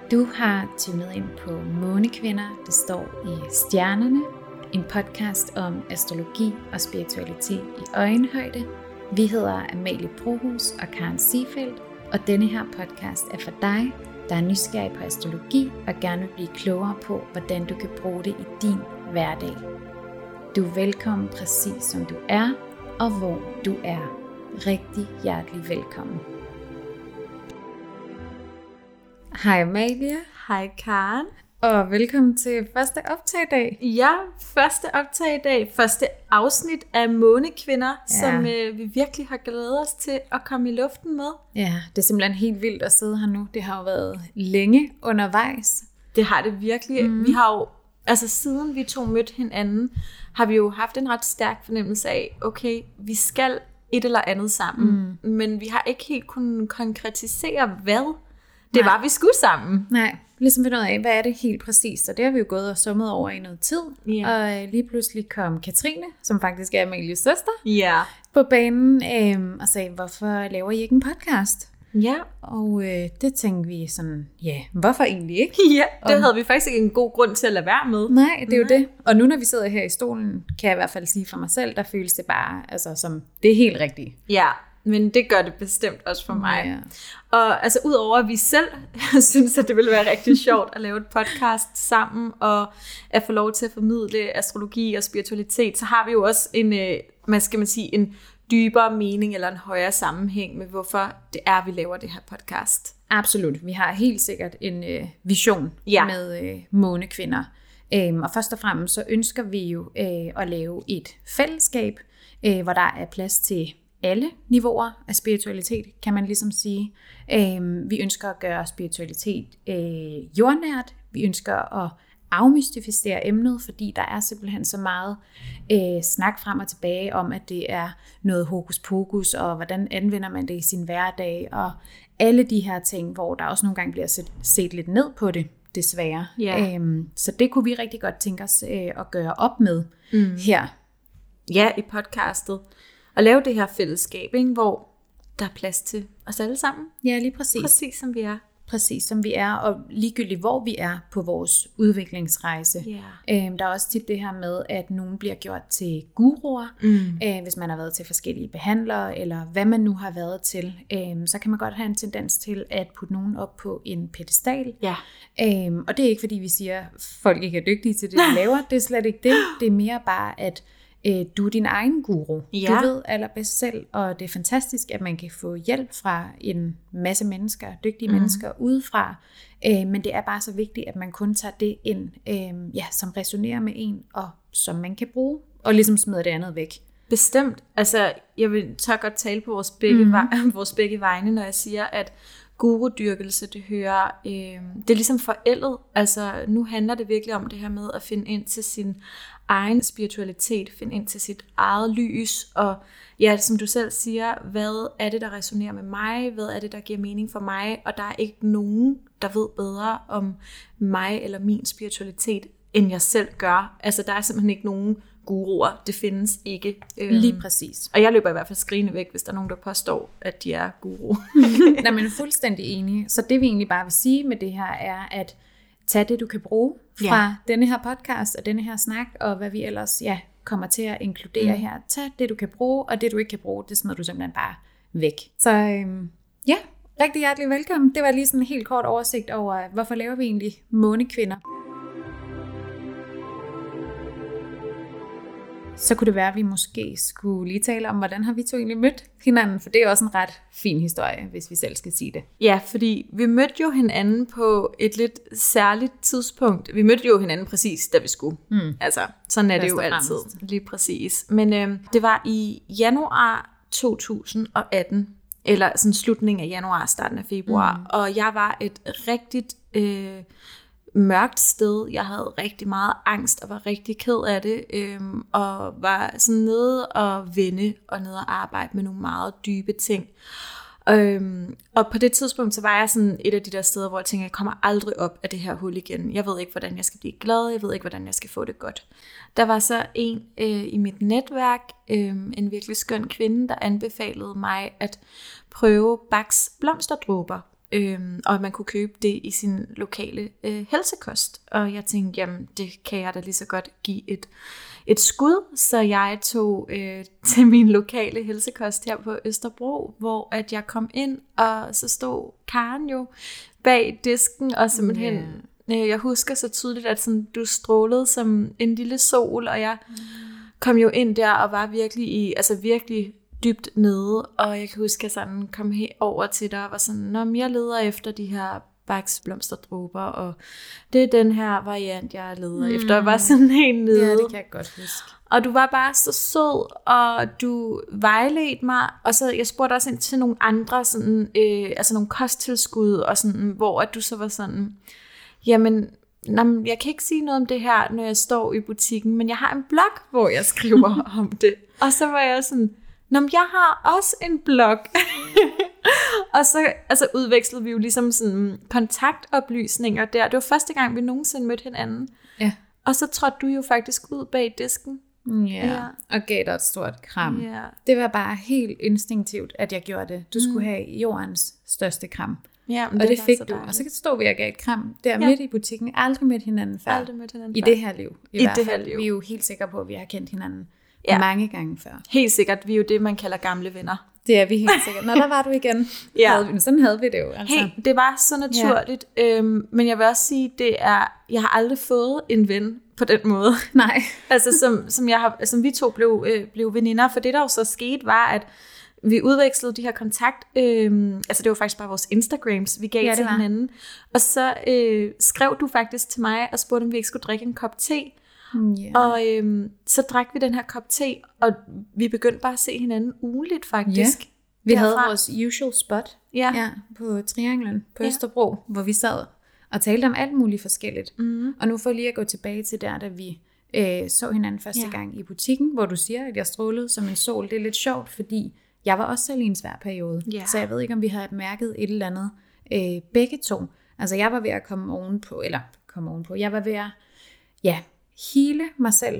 Du har tunet ind på Månekvinder, det står i stjernerne. En podcast om astrologi og spiritualitet i øjenhøjde. Vi hedder Amalie Brohus og Karen Seefeldt, og denne her podcast er for dig, der er nysgerrig på astrologi og gerne vil blive klogere på, hvordan du kan bruge det i din hverdag. Du er velkommen præcis som du er, og hvor du er. Rigtig hjertelig velkommen. Hej Amalie. Hej Karen. Og velkommen til første optagdag. Ja, første optagdag, første afsnit af Månekvinder, som vi virkelig har glædet os til at komme i luften med. Ja, det er simpelthen helt vildt at sidde her nu. Det har jo været længe undervejs. Det har det virkelig. Vi har jo, altså siden vi to mødte hinanden, har vi jo haft en ret stærk fornemmelse af, okay, vi skal et eller andet sammen, men vi har ikke helt kunnet konkretisere, hvad det var, vi skulle sammen. Nej, ligesom finde ud af, hvad er det helt præcist, og det har vi jo gået og summet over i noget tid, og lige pludselig kom Katrine, som faktisk er Amalies søster, på banen og sagde, hvorfor laver I ikke en podcast? Ja. Og det tænkte vi sådan, hvorfor egentlig ikke? Ja, det havde vi faktisk ikke en god grund til at lade være med. Nej, det er jo det. Og nu når vi sidder her i stolen, kan jeg i hvert fald sige for mig selv, der føles det bare altså, som det er helt rigtigt. Ja, men det gør det bestemt også for mig. Ja. Og altså udover at vi selv synes, at det ville være rigtig sjovt at lave et podcast sammen, og at få lov til at formidle astrologi og spiritualitet, så har vi jo også en dybere mening eller en højere sammenhæng med, hvorfor det er, vi laver det her podcast. Absolut. Vi har helt sikkert en vision med Månekvinder. Og først og fremmest så ønsker vi jo at lave et fællesskab, hvor der er plads til alle niveauer af spiritualitet, kan man ligesom sige. Vi ønsker at gøre spiritualitet jordnært. Vi ønsker at afmystificere emnet, fordi der er simpelthen så meget snak frem og tilbage om, at det er noget hokus pokus, og hvordan anvender man det i sin hverdag, og alle de her ting, hvor der også nogle gange bliver set lidt ned på det, desværre. Så det kunne vi rigtig godt tænke os at gøre op med her. Ja, i podcastet. Og lave det her fællesskab, ikke? Hvor der er plads til os alle sammen. Ja, lige præcis. Præcis som vi er. Præcis som vi er, og ligegyldigt hvor vi er på vores udviklingsrejse. Der er også tit det her med, at nogen bliver gjort til guruer, hvis man har været til forskellige behandlere, eller hvad man nu har været til. Så kan man godt have en tendens til at putte nogen op på en pedestal. Og det er ikke fordi vi siger, at folk ikke er dygtige til det, de laver. Det er slet ikke det. Det er mere bare, at du er din egen guru. Du ved allerbedst selv, og det er fantastisk, at man kan få hjælp fra en masse mennesker, dygtige mennesker udefra. Men det er bare så vigtigt, at man kun tager det ind, som resonerer med en, og som man kan bruge, og ligesom smider det andet væk. Bestemt. Altså, jeg vil så godt tale på vores begge vegne, når jeg siger, at gurudyrkelse, det er ligesom forældet. Altså, nu handler det virkelig om det her med at finde ind til sin egen spiritualitet, finde ind til sit eget lys, og ja, som du selv siger, hvad er det, der resonerer med mig? Hvad er det, der giver mening for mig? Og der er ikke nogen, der ved bedre om mig eller min spiritualitet, end jeg selv gør. Altså, der er simpelthen ikke nogen guruer. Det findes ikke. Lige præcis. Og jeg løber i hvert fald skrigende væk, hvis der er nogen, der påstår, at de er guru. Nej, men fuldstændig enige. Så det vi egentlig bare vil sige med det her, er at tag det, du kan bruge fra denne her podcast og denne her snak, og hvad vi ellers kommer til at inkludere her. Tag det, du kan bruge, og det, du ikke kan bruge, det smider du simpelthen bare væk. Så rigtig hjertelig velkommen. Det var lige sådan en helt kort oversigt over, hvorfor laver vi egentlig Månekvinder. Så kunne det være, at vi måske skulle lige tale om, hvordan har vi to egentlig mødt hinanden, for det er også en ret fin historie, hvis vi selv skal sige det. Ja, fordi vi mødte jo hinanden på et lidt særligt tidspunkt. Vi mødte jo hinanden præcis, da vi skulle. Altså, sådan er det jo altid. Lige præcis. Men det var i januar 2018, eller sådan slutningen af januar, starten af februar, og jeg var et rigtigt mørkt sted. Jeg havde rigtig meget angst og var rigtig ked af det, og var sådan nede og vende og nede og arbejde med nogle meget dybe ting. Og på det tidspunkt, så var jeg sådan et af de der steder, hvor jeg tænkte, jeg kommer aldrig op af det her hul igen. Jeg ved ikke, hvordan jeg skal blive glad. Jeg ved ikke, hvordan jeg skal få det godt. Der var så en i mit netværk, en virkelig skøn kvinde, der anbefalede mig at prøve Bachs blomsterdråber. og man kunne købe det i sin lokale helsekost. Og jeg tænkte, jamen det kan jeg da lige så godt give et skud, så jeg tog til min lokale helsekost her på Østerbro, hvor at jeg kom ind, og så stod Karen jo bag disken, og simpelthen, jeg husker så tydeligt, at sådan, du strålede som en lille sol, og jeg kom jo ind der og var virkelig dybt nede, og jeg kan huske, at jeg sådan kom over til dig og var sådan, jeg leder efter de her baksblomsterdråber, og det er den her variant, jeg leder efter. Jeg var sådan helt nede. Ja, det kan jeg godt huske. Og du var bare så sød, og du vejledte mig, og så jeg spurgte også ind til nogle andre, sådan, nogle kosttilskud, og sådan, hvor at du så var sådan, jamen, jeg kan ikke sige noget om det her, når jeg står i butikken, men jeg har en blog, hvor jeg skriver om det. Og så var jeg sådan, jeg har også en blog. Og så udvekslede vi jo ligesom sådan kontaktoplysninger der. Det var første gang, vi nogensinde mødte hinanden. Ja. Og så trådte du jo faktisk ud bag disken. Ja, og gav dig et stort kram. Ja. Det var bare helt instinktivt, at jeg gjorde det. Du skulle have jordens største kram. Ja, og det fik du. Og så stod vi og gav et kram der midt i butikken. Aldrig mødt hinanden før. I det her liv. I hvert fald. Vi er jo helt sikre på, at vi har kendt hinanden mange gange før. Helt sikkert. Vi er jo det, man kalder gamle venner. Det er vi helt sikkert. Nå, der var du igen. Sådan havde vi det jo. Altså. Hey, det var så naturligt. Men jeg vil også sige, jeg har aldrig fået en ven på den måde. Nej. Altså som vi to blev veninder. For det der jo så skete, var, at vi udvekslede de her kontakt. Det var faktisk bare vores Instagrams, vi gav til hinanden. Og så skrev du faktisk til mig og spurgte, om vi ikke skulle drikke en kop te. Yeah. Og så drak vi den her kop te, og vi begyndte bare at se hinanden ugenligt faktisk. Yeah. Vi havde vores usual spot på Trianglen på Østerbro, hvor vi sad og talte om alt muligt forskelligt. Og nu får jeg lige at gå tilbage til der, da vi så hinanden første gang i butikken, hvor du siger, at jeg strålede som en sol. Det er lidt sjovt, fordi jeg var også selv i en svær periode. Yeah. Så jeg ved ikke, om vi havde mærket et eller andet begge to. Altså jeg var ved at komme ovenpå. Jeg var ved at hele mig selv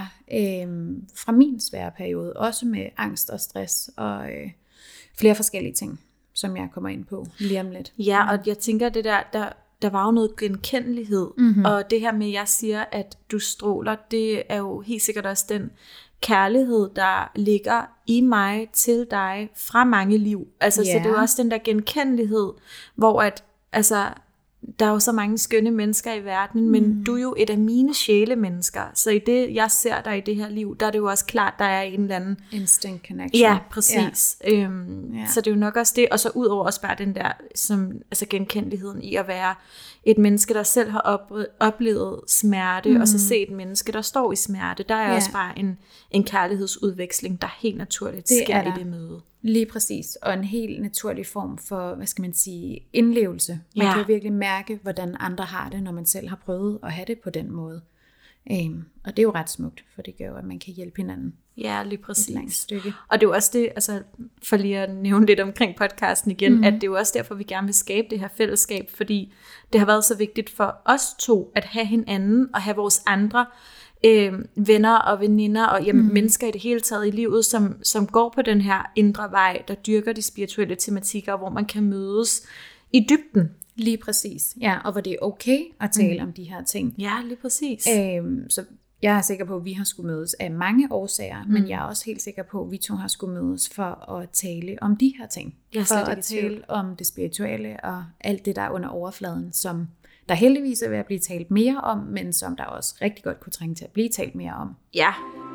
fra min svære periode, også med angst og stress og flere forskellige ting, som jeg kommer ind på lige om lidt. Ja, og jeg tænker, det der var jo noget genkendelighed, og det her med, at jeg siger, at du stråler, det er jo helt sikkert også den kærlighed, der ligger i mig til dig fra mange liv. Altså, så det er jo også den der genkendelighed, hvor at, der er jo så mange skønne mennesker i verden, men du er jo et af mine sjælemennesker. Så i det, jeg ser dig i det her liv, der er det jo også klart, der er en eller anden instant connection. Ja, præcis. Ja. Så det er jo nok også det. Og så ud over også bare den der genkendeligheden i at være et menneske, der selv har oplevet smerte, og så se et menneske, der står i smerte. Der er også bare en kærlighedsudveksling, der helt naturligt sker i det møde. Lige præcis, og en helt naturlig form for, indlevelse. Man kan jo virkelig mærke, hvordan andre har det, når man selv har prøvet at have det på den måde. Og det er jo ret smukt, for det gør jo, at man kan hjælpe hinanden. Ja, lige præcis. Og det er jo også det, for lige at nævne lidt omkring podcasten igen, at det er jo også derfor, vi gerne vil skabe det her fællesskab, fordi det har været så vigtigt for os to, at have hinanden og have vores andre venner og veninder og mennesker i det hele taget i livet, som går på den her indre vej, der dyrker de spirituelle tematikker, hvor man kan mødes i dybden. Lige præcis, ja, og hvor det er okay at tale om de her ting. Ja, lige præcis. Så jeg er sikker på, at vi har skulle mødes af mange årsager, men jeg er også helt sikker på, at vi to har skulle mødes for at tale om de her ting. For at tale om det spirituelle og alt det, der er under overfladen, som der heldigvis er ved at blive talt mere om, men som der også rigtig godt kunne trænge til at blive talt mere om. Ja.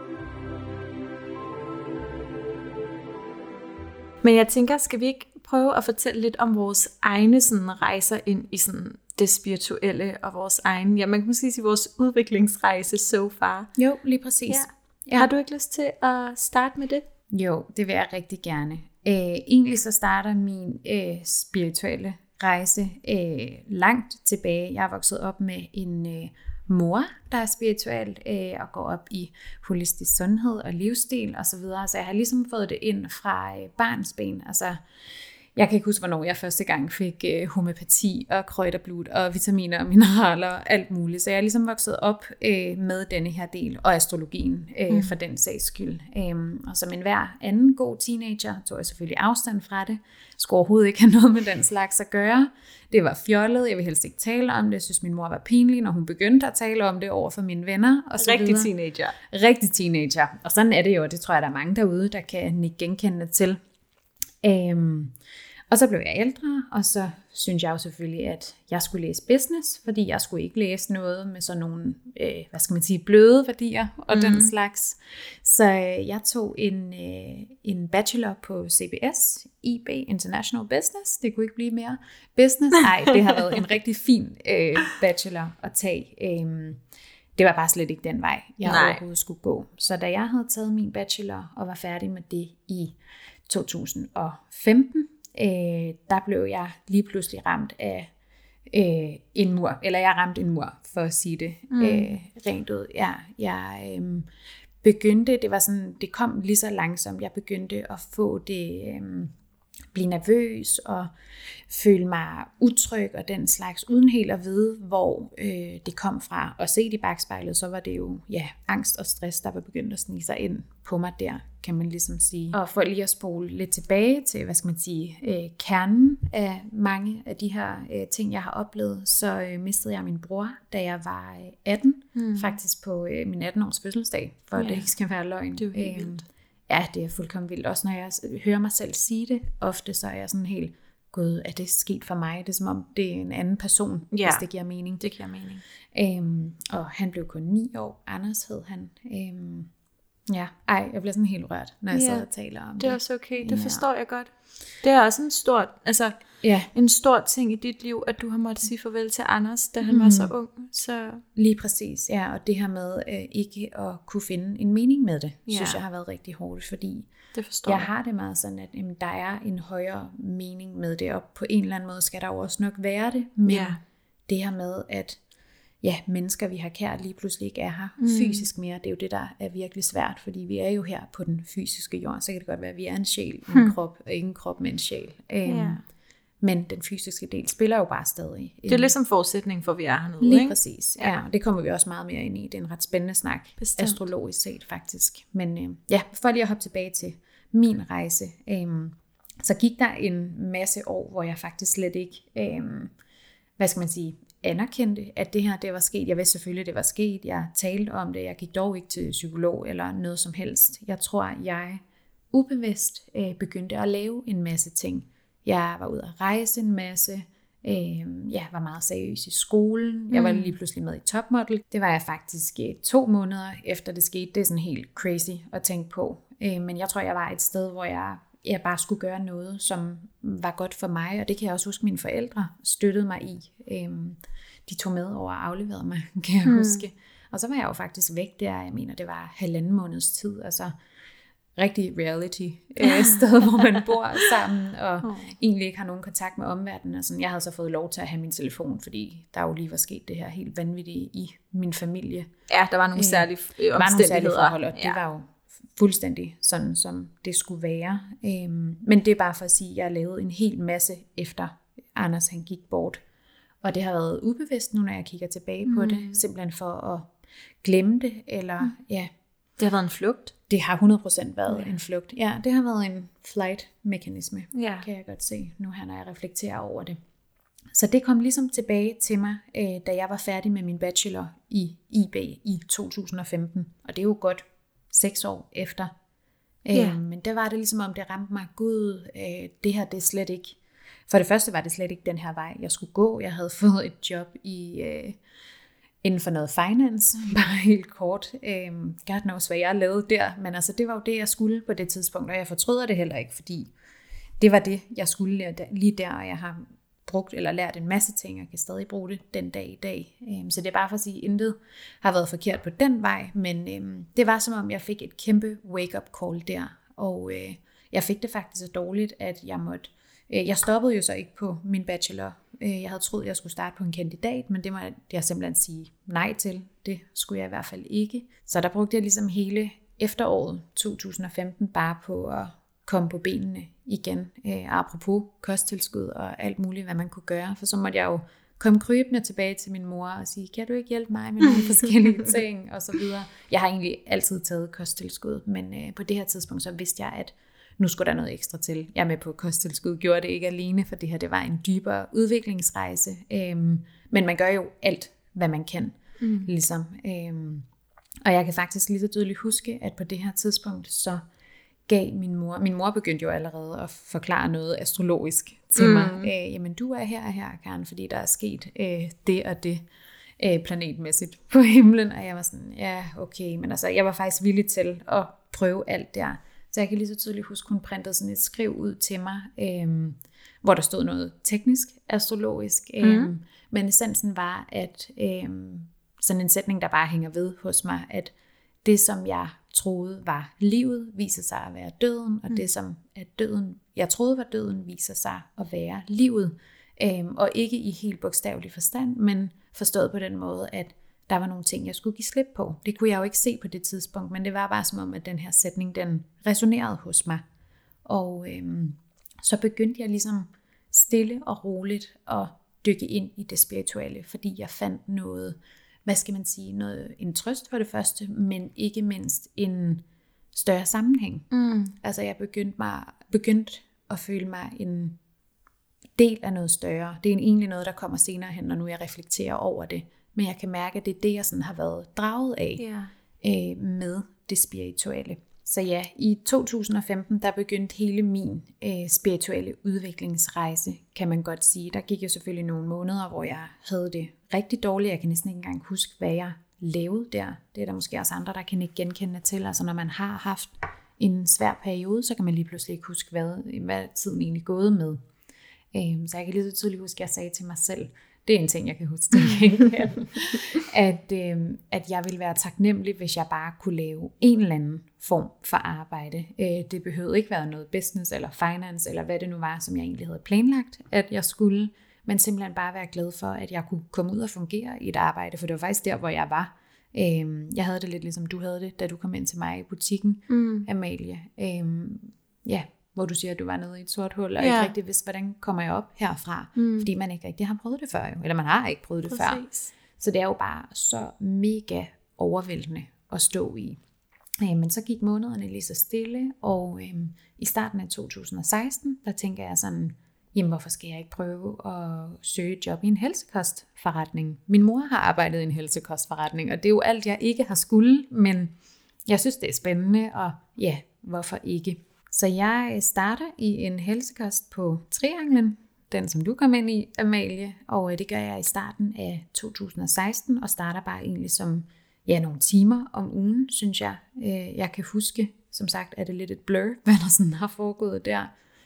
Men jeg tænker, skal vi ikke prøve at fortælle lidt om vores egne rejser ind i det spirituelle og vores egen, man kan måske sige vores udviklingsrejse so far. Jo, lige præcis. Ja. Har du ikke lyst til at starte med det? Jo, det vil jeg rigtig gerne. Egentlig så starter min spirituelle rejse langt tilbage. Jeg er vokset op med en mor, der er spirituel og går op i holistisk sundhed og livsstil osv. Så jeg har ligesom fået det ind fra barnsben. Altså, Jeg kan ikke huske, hvornår jeg første gang fik homøopati og krøjterblut og vitaminer og mineraler og alt muligt. Så jeg er ligesom vokset op med denne her del, og astrologien for den sags skyld. Og som enhver anden god teenager tog jeg selvfølgelig afstand fra det. Skulle overhovedet ikke have noget med den slags at gøre. Det var fjollet, jeg ville helst ikke tale om det. Jeg synes, min mor var pinlig, når hun begyndte at tale om det over for mine venner. Og så Rigtig teenager. Rigtig teenager. Og sådan er det jo, og det tror jeg, der er mange derude, der kan nikke genkendende til. Og så blev jeg ældre, og så synes jeg jo selvfølgelig, at jeg skulle læse business, fordi jeg skulle ikke læse noget med sådan nogle, bløde værdier og den slags. Så jeg tog en bachelor på CBS, IB, International Business. Det kunne ikke blive mere business. Nej, det har været en rigtig fin bachelor at tage. Det var bare slet ikke den vej, jeg overhovedet skulle gå. Så da jeg havde taget min bachelor og var færdig med det i 2015, der blev jeg lige pludselig ramt af en mur. Eller jeg ramte en mur, for at sige det rent ud. Jeg begyndte, det kom lige så langsomt. Jeg begyndte at få det, blive nervøs og føle mig utryg og den slags, uden helt at vide, hvor det kom fra. Og set i bagspejlet, så var det jo angst og stress, der var begyndt at snige sig ind på mig der, kan man ligesom sige. Og for lige at spole lidt tilbage til, kernen af mange af de her ting, jeg har oplevet, så mistede jeg min bror, da jeg var 18, faktisk på min 18-års fødselsdag, for det ikke skal være løgn. Det er jo vildt. Ja, det er fuldkommen vildt. Også når jeg hører mig selv sige det, ofte så er jeg sådan helt, gud, er det sket for mig? Det er som om, det er en anden person, hvis det giver mening. Det giver mening. Og han blev kun 9 år. Anders hed han. Jeg bliver sådan helt rørt, når jeg sidder og taler om det. Det er også okay, det forstår jeg godt. Det er også en stor ting i dit liv, at du har måttet sige farvel til Anders, da han var så ung. Så... Lige præcis, ja. Og det her med ikke at kunne finde en mening med det, synes jeg har været rigtig hårdt, fordi jeg har det meget sådan, at der er en højere mening med det, og på en eller anden måde skal der jo også nok være det, men det her med, at mennesker, vi har kært, lige pludselig ikke er her fysisk mere. Det er jo det, der er virkelig svært, fordi vi er jo her på den fysiske jord. Så kan det godt være, at vi er en sjæl med en krop, og ikke en krop med en sjæl. Men den fysiske del spiller jo bare stadig. Det er ligesom forudsætning for, at vi er hernede. Lige præcis. Ja, det kommer vi også meget mere ind i. Det er en ret spændende snak, astrologisk set faktisk. Men for lige at hoppe tilbage til min rejse, så gik der en masse år, hvor jeg faktisk slet ikke, anerkendte, at det her, det var sket. Jeg vidste selvfølgelig, det var sket. Jeg talte om det. Jeg gik dog ikke til psykolog eller noget som helst. Jeg tror, jeg ubevidst begyndte at lave en masse ting. Jeg var ude at rejse en masse. Jeg var meget seriøs i skolen. Jeg var lige pludselig med i Topmodel. Det var jeg faktisk 2 måneder efter det skete. Det er sådan helt crazy at tænke på. Men jeg tror, jeg var et sted, hvor jeg bare skulle gøre noget, som var godt for mig, og det kan jeg også huske, mine forældre støttede mig i. De tog med over og afleverede mig, kan jeg huske. Og så var jeg jo faktisk væk der, jeg mener, det var 1,5 måneds tid, altså rigtig reality sted, hvor man bor sammen, og egentlig ikke har nogen kontakt med omverdenen. Og sådan. Jeg havde så fået lov til at have min telefon, fordi der jo lige var sket det her helt vanvittige i min familie. Ja, der var nogle særlige omstændigheder. Der var nogle særlige forhold, og det var jo fuldstændig sådan, som det skulle være. Men det er bare for at sige, at jeg lavede en hel masse efter Anders han gik bort. Og det har været ubevidst nu, når jeg kigger tilbage på det. Simpelthen for at glemme det. Eller, det har været en flugt. Det har 100% været en flugt. Ja, det har været en flight-mekanisme, kan jeg godt se, nu her, når jeg reflekterer over det. Så det kom ligesom tilbage til mig, da jeg var færdig med min bachelor i IB i 2015. Og det er jo godt 6 år efter. Men der var det ligesom om, det ramte mig, gud, det her, det er slet ikke. For det første var det slet ikke den her vej, jeg skulle gå. Jeg havde fået et job inden for noget finance, bare helt kort. God knows, hvad jeg lavede der. Men altså, det var jo det, jeg skulle på det tidspunkt, og jeg fortryder det heller ikke, fordi det var det, jeg skulle lige der, og jeg har brugt eller lært en masse ting, og kan stadig bruge det den dag i dag. Så det er bare for at sige, at intet har været forkert på den vej, men det var som om, jeg fik et kæmpe wake-up call der, og jeg fik det faktisk så dårligt, at jeg stoppede jo så ikke på min bachelor. Jeg havde troet, jeg skulle starte på en kandidat, men det må jeg simpelthen sige nej til. Det skulle jeg i hvert fald ikke. Så der brugte jeg ligesom hele efteråret 2015 bare på at komme på benene igen. Apropos kosttilskud og alt muligt, hvad man kunne gøre. For så måtte jeg jo komme krybende tilbage til min mor og sige, kan du ikke hjælpe mig med nogle forskellige ting, og så videre. Jeg har egentlig altid taget kosttilskud, men på det her tidspunkt, så vidste jeg, at nu skulle der noget ekstra til. Jeg er med på kosttilskud, gjorde det ikke alene, for det her, det var en dybere udviklingsrejse. Men man gør jo alt, hvad man kan, ligesom. Og jeg kan faktisk lige så tydeligt huske, at på det her tidspunkt, så gav min mor begyndte jo allerede at forklare noget astrologisk til mig. Jamen, du er her, Karen, fordi der er sket det og det planetmæssigt på himlen. Og jeg var sådan, ja, okay. Men altså, jeg var faktisk villig til at prøve alt der. Så jeg kan lige så tydeligt huske, hun printede sådan et skriv ud til mig, hvor der stod noget teknisk astrologisk. Men essensen var, at sådan en sætning, der bare hænger ved hos mig, at det, som jeg troede var livet, viser sig at være døden, og det, som jeg troede var døden, viser sig at være livet. Og ikke i helt bogstavelig forstand, men forstået på den måde, at der var nogle ting, jeg skulle give slip på. Det kunne jeg jo ikke se på det tidspunkt, men det var bare som om, at den her sætning, den resonerede hos mig. Og så begyndte jeg ligesom stille og roligt at dykke ind i det spirituelle, fordi jeg fandt noget, hvad skal man sige, en trøst for det første, men ikke mindst en større sammenhæng. Altså jeg begyndte at føle mig en del af noget større. Det er egentlig noget, der kommer senere hen, når nu jeg reflekterer over det. Men jeg kan mærke, at det er det, jeg sådan har været draget af med det spirituelle. Så ja, i 2015, der begyndte hele min spirituelle udviklingsrejse, kan man godt sige. Der gik jo selvfølgelig nogle måneder, hvor jeg havde det rigtig dårligt. Jeg kan næsten ikke engang huske, hvad jeg lavede der. Det er der måske også andre, der kan ikke genkende til. Altså når man har haft en svær periode, så kan man lige pludselig ikke huske, hvad tiden egentlig gået med. Så jeg kan lige så tydeligt huske, at jeg sagde til mig selv, det er en ting, jeg kan huske at jeg ville være taknemmelig, hvis jeg bare kunne lave en eller anden form for arbejde. Det behøvede ikke være noget business eller finance, eller hvad det nu var, som jeg egentlig havde planlagt, at jeg skulle, men simpelthen bare være glad for, at jeg kunne komme ud og fungere i et arbejde, for det var faktisk der, hvor jeg var. Jeg havde det lidt ligesom du havde det, da du kom ind til mig i butikken, Amalie. Hvor du siger, at du var nede i et sort hul, og ikke rigtig vidste, hvordan kommer jeg op herfra, fordi man ikke rigtig har prøvet det før, eller man har ikke prøvet det før. Så det er jo bare så mega overvældende at stå i. Men så gik månederne lige så stille, og i starten af 2016, der tænker jeg sådan, jamen hvorfor skal jeg ikke prøve at søge et job i en helsekostforretning? Min mor har arbejdet i en helsekostforretning, og det er jo alt, jeg ikke har skulle, men jeg synes, det er spændende, og ja, hvorfor ikke? Så jeg starter i en helsekost på Trianglen, den som du kom ind i, Amalie, og det gør jeg i starten af 2016, og starter bare egentlig som nogle timer om ugen, synes jeg. Jeg kan huske, som sagt er det lidt et blur, hvad der sådan har foregået der.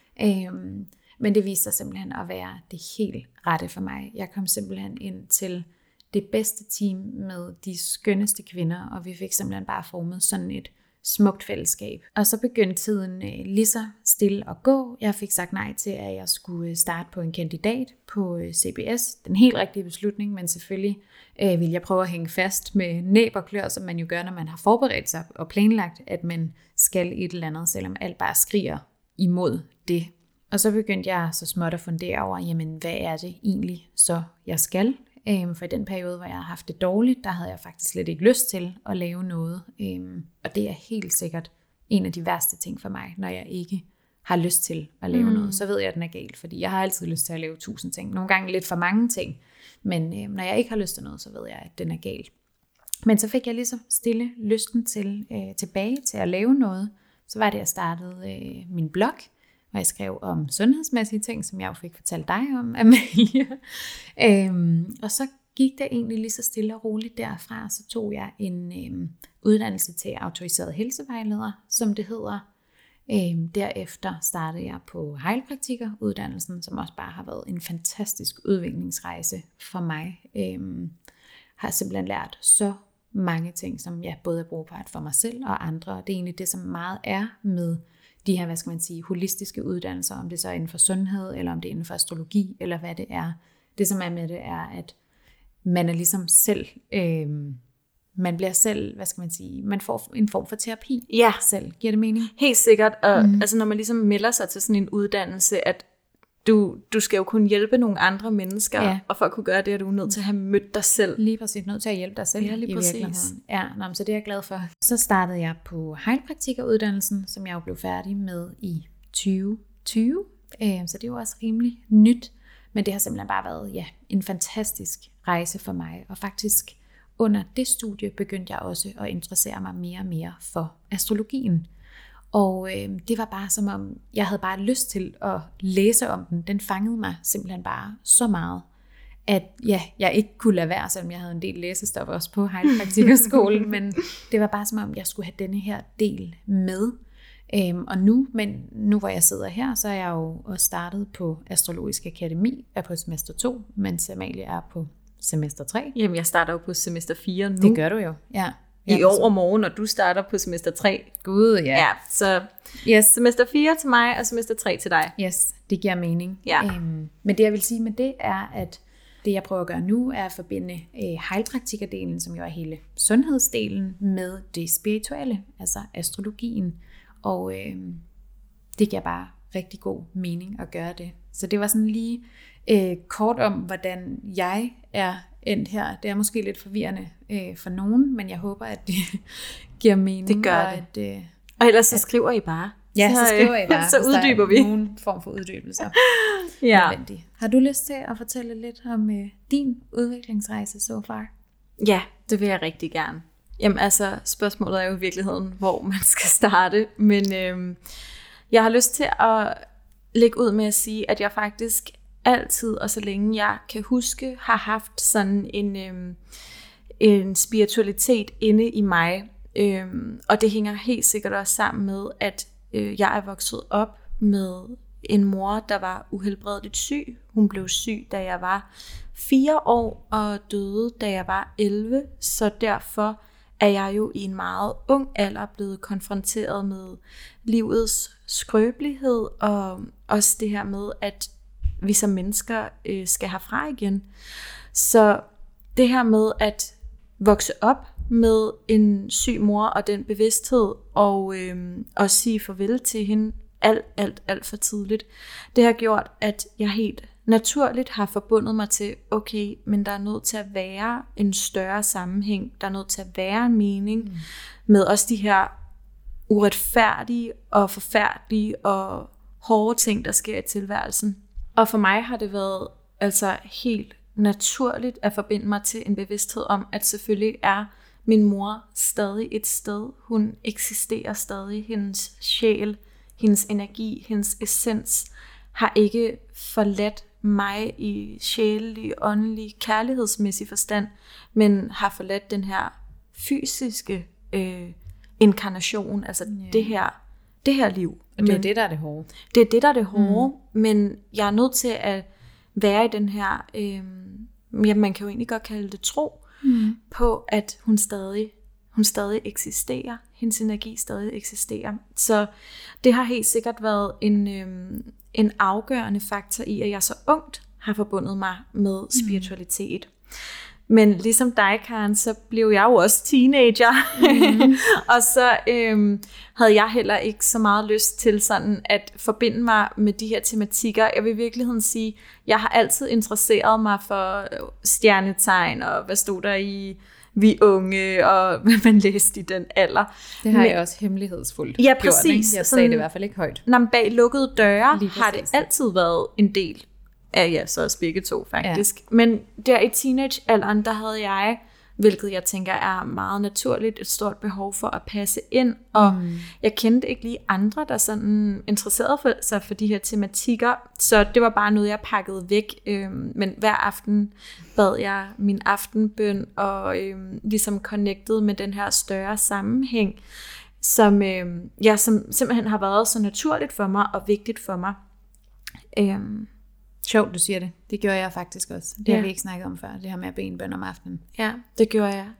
Men det viste sig simpelthen at være det helt rette for mig. Jeg kom simpelthen ind til det bedste team med de skønneste kvinder, og vi fik simpelthen bare formet sådan et smukt fællesskab. Og så begyndte tiden lige så stille at gå. Jeg fik sagt nej til, at jeg skulle starte på en kandidat på CBS. Den helt rigtige beslutning, men selvfølgelig ville jeg prøve at hænge fast med næb og klør, som man jo gør, når man har forberedt sig og planlagt, at man skal et eller andet, selvom alt bare skriger imod det. Og så begyndte jeg så småt at fundere over, jamen hvad er det egentlig, så jeg skal? For i den periode, hvor jeg har haft det dårligt, der havde jeg faktisk slet ikke lyst til at lave noget. Og det er helt sikkert en af de værste ting for mig, når jeg ikke har lyst til at lave noget. Så ved jeg, at den er galt, fordi jeg har altid lyst til at lave 1000 ting. Nogle gange lidt for mange ting. Men når jeg ikke har lyst til noget, så ved jeg, at den er galt. Men så fik jeg ligesom stille lysten til tilbage til at lave noget. Så var det, jeg startede min blog, hvor jeg skrev om sundhedsmæssige ting, som jeg jo fik fortalt dig om, Amalie. Og så gik det egentlig lige så stille og roligt derfra. Så tog jeg en uddannelse til autoriseret helsevejleder, som det hedder. Derefter startede jeg på heilpraktikeruddannelsen, som også bare har været en fantastisk udviklingsrejse for mig. Har simpelthen lært så mange ting, som jeg både er brugbart for mig selv og andre. Det er egentlig det, som meget er med de her, hvad skal man sige, holistiske uddannelser, om det så er inden for sundhed, eller om det er inden for astrologi, eller hvad det er. Det som er med det er, at man er ligesom selv man bliver selv, hvad skal man sige, man får en form for terapi selv. Giver det mening? Helt sikkert. Og altså, når man ligesom melder sig til sådan en uddannelse, at du skal jo kunne hjælpe nogle andre mennesker, og for at kunne gøre det, er du nødt til at have mødt dig selv. Lige præcis, nødt til at hjælpe dig selv i virkeligheden. Ja, så det er jeg glad for. Så startede jeg på heilpraktikeruddannelsen, som jeg jo blev færdig med i 2020. Så det er jo også rimelig nyt. Men det har simpelthen bare været en fantastisk rejse for mig. Og faktisk under det studie begyndte jeg også at interessere mig mere og mere for astrologien. Og det var bare som om, jeg havde bare lyst til at læse om den. Den fangede mig simpelthen bare så meget, at jeg ikke kunne lade være, selvom jeg havde en del læsestof også på heilpraktikerskolen. Men det var bare som om, jeg skulle have denne her del med. Og nu hvor jeg sidder her, så er jeg jo også startet på Astrologisk Akademi, er på semester 2, mens Amalie er på semester 3. Jamen, jeg starter jo på semester 4 nu. Det gør du jo, ja. I overmorgen, når du starter på semester 3. Gud, ja. Ja, så semester 4 til mig, og semester 3 til dig. Yes, det giver mening. Ja. Men det jeg vil sige med det er, at det jeg prøver at gøre nu, er at forbinde heilpraktikerdelen, som jo er hele sundhedsdelen, med det spirituelle, altså astrologien. Og det giver bare rigtig god mening at gøre det. Så det var sådan lige kort om, hvordan jeg er endt her. Det er måske lidt forvirrende for nogen, men jeg håber, at det giver mening. Det gør det. Og ellers så skriver I bare. Ja, så skriver I bare. Så uddyber vi. Nogen form for uddybelser. Nødvendigt. Har du lyst til at fortælle lidt om din udviklingsrejse so far? Ja, det vil jeg rigtig gerne. Jamen altså, spørgsmålet er jo i virkeligheden, hvor man skal starte. Men jeg har lyst til at lægge ud med at sige, at jeg faktisk altid, og så længe jeg kan huske, har haft sådan en spiritualitet inde i mig. Og det hænger helt sikkert også sammen med, at jeg er vokset op med en mor, der var uhelbredeligt syg. Hun blev syg, da jeg var 4 år, og døde, da jeg var 11. Så derfor er jeg jo i en meget ung alder blevet konfronteret med livets skrøbelighed, og også det her med, at vi som mennesker skal herfra igen. Så det her med at vokse op med en syg mor og den bevidsthed, og sige farvel til hende alt for tidligt, det har gjort, at jeg helt naturligt har forbundet mig til, okay, men der er nødt til at være en større sammenhæng, der er nødt til at være en mening med også de her uretfærdige og forfærdelige og hårde ting, der sker i tilværelsen. Og for mig har det været altså helt naturligt at forbinde mig til en bevidsthed om, at selvfølgelig er min mor stadig et sted. Hun eksisterer stadig. Hendes sjæl, hendes energi, hendes essens har ikke forladt mig i sjælelig, åndelig, kærlighedsmæssig forstand, men har forladt den her fysiske inkarnation, altså det her liv. Og det er det, der er det hårde. Det er det, der er det hårde, men jeg er nødt til at være i den her, man kan jo egentlig godt kalde det tro, på at hun stadig eksisterer. Hendes energi stadig eksisterer. Så det har helt sikkert været en afgørende faktor i, at jeg så ungt har forbundet mig med spiritualitet. Men ligesom dig, Karen, så blev jeg jo også teenager. Og så havde jeg heller ikke så meget lyst til sådan at forbinde mig med de her tematikker. Jeg vil i virkeligheden sige, jeg har altid interesseret mig for stjernetegn, og hvad stod der i Vi Unge, og hvad man læste i den alder. Det har jeg også hemmelighedsfuldt gjort. Ja, præcis. Jeg sagde det i hvert fald ikke højt. Bag lukkede døre har det altid været en del af så også begge to faktisk. Ja. Men der i teenagealderen, der havde jeg, hvilket jeg tænker er meget naturligt, et stort behov for at passe ind. Og jeg kendte ikke lige andre, der sådan interesserede sig for de her tematikker. Så det var bare noget, jeg pakkede væk. Men hver aften bad jeg min aftenbøn og ligesom connected med den her større sammenhæng, som simpelthen har været så naturligt for mig og vigtigt for mig. Sjovt, du siger det. Det gjorde jeg faktisk også. Det har vi ikke snakket om før. Det her med at bede en bøn om aftenen. Ja, det gjorde jeg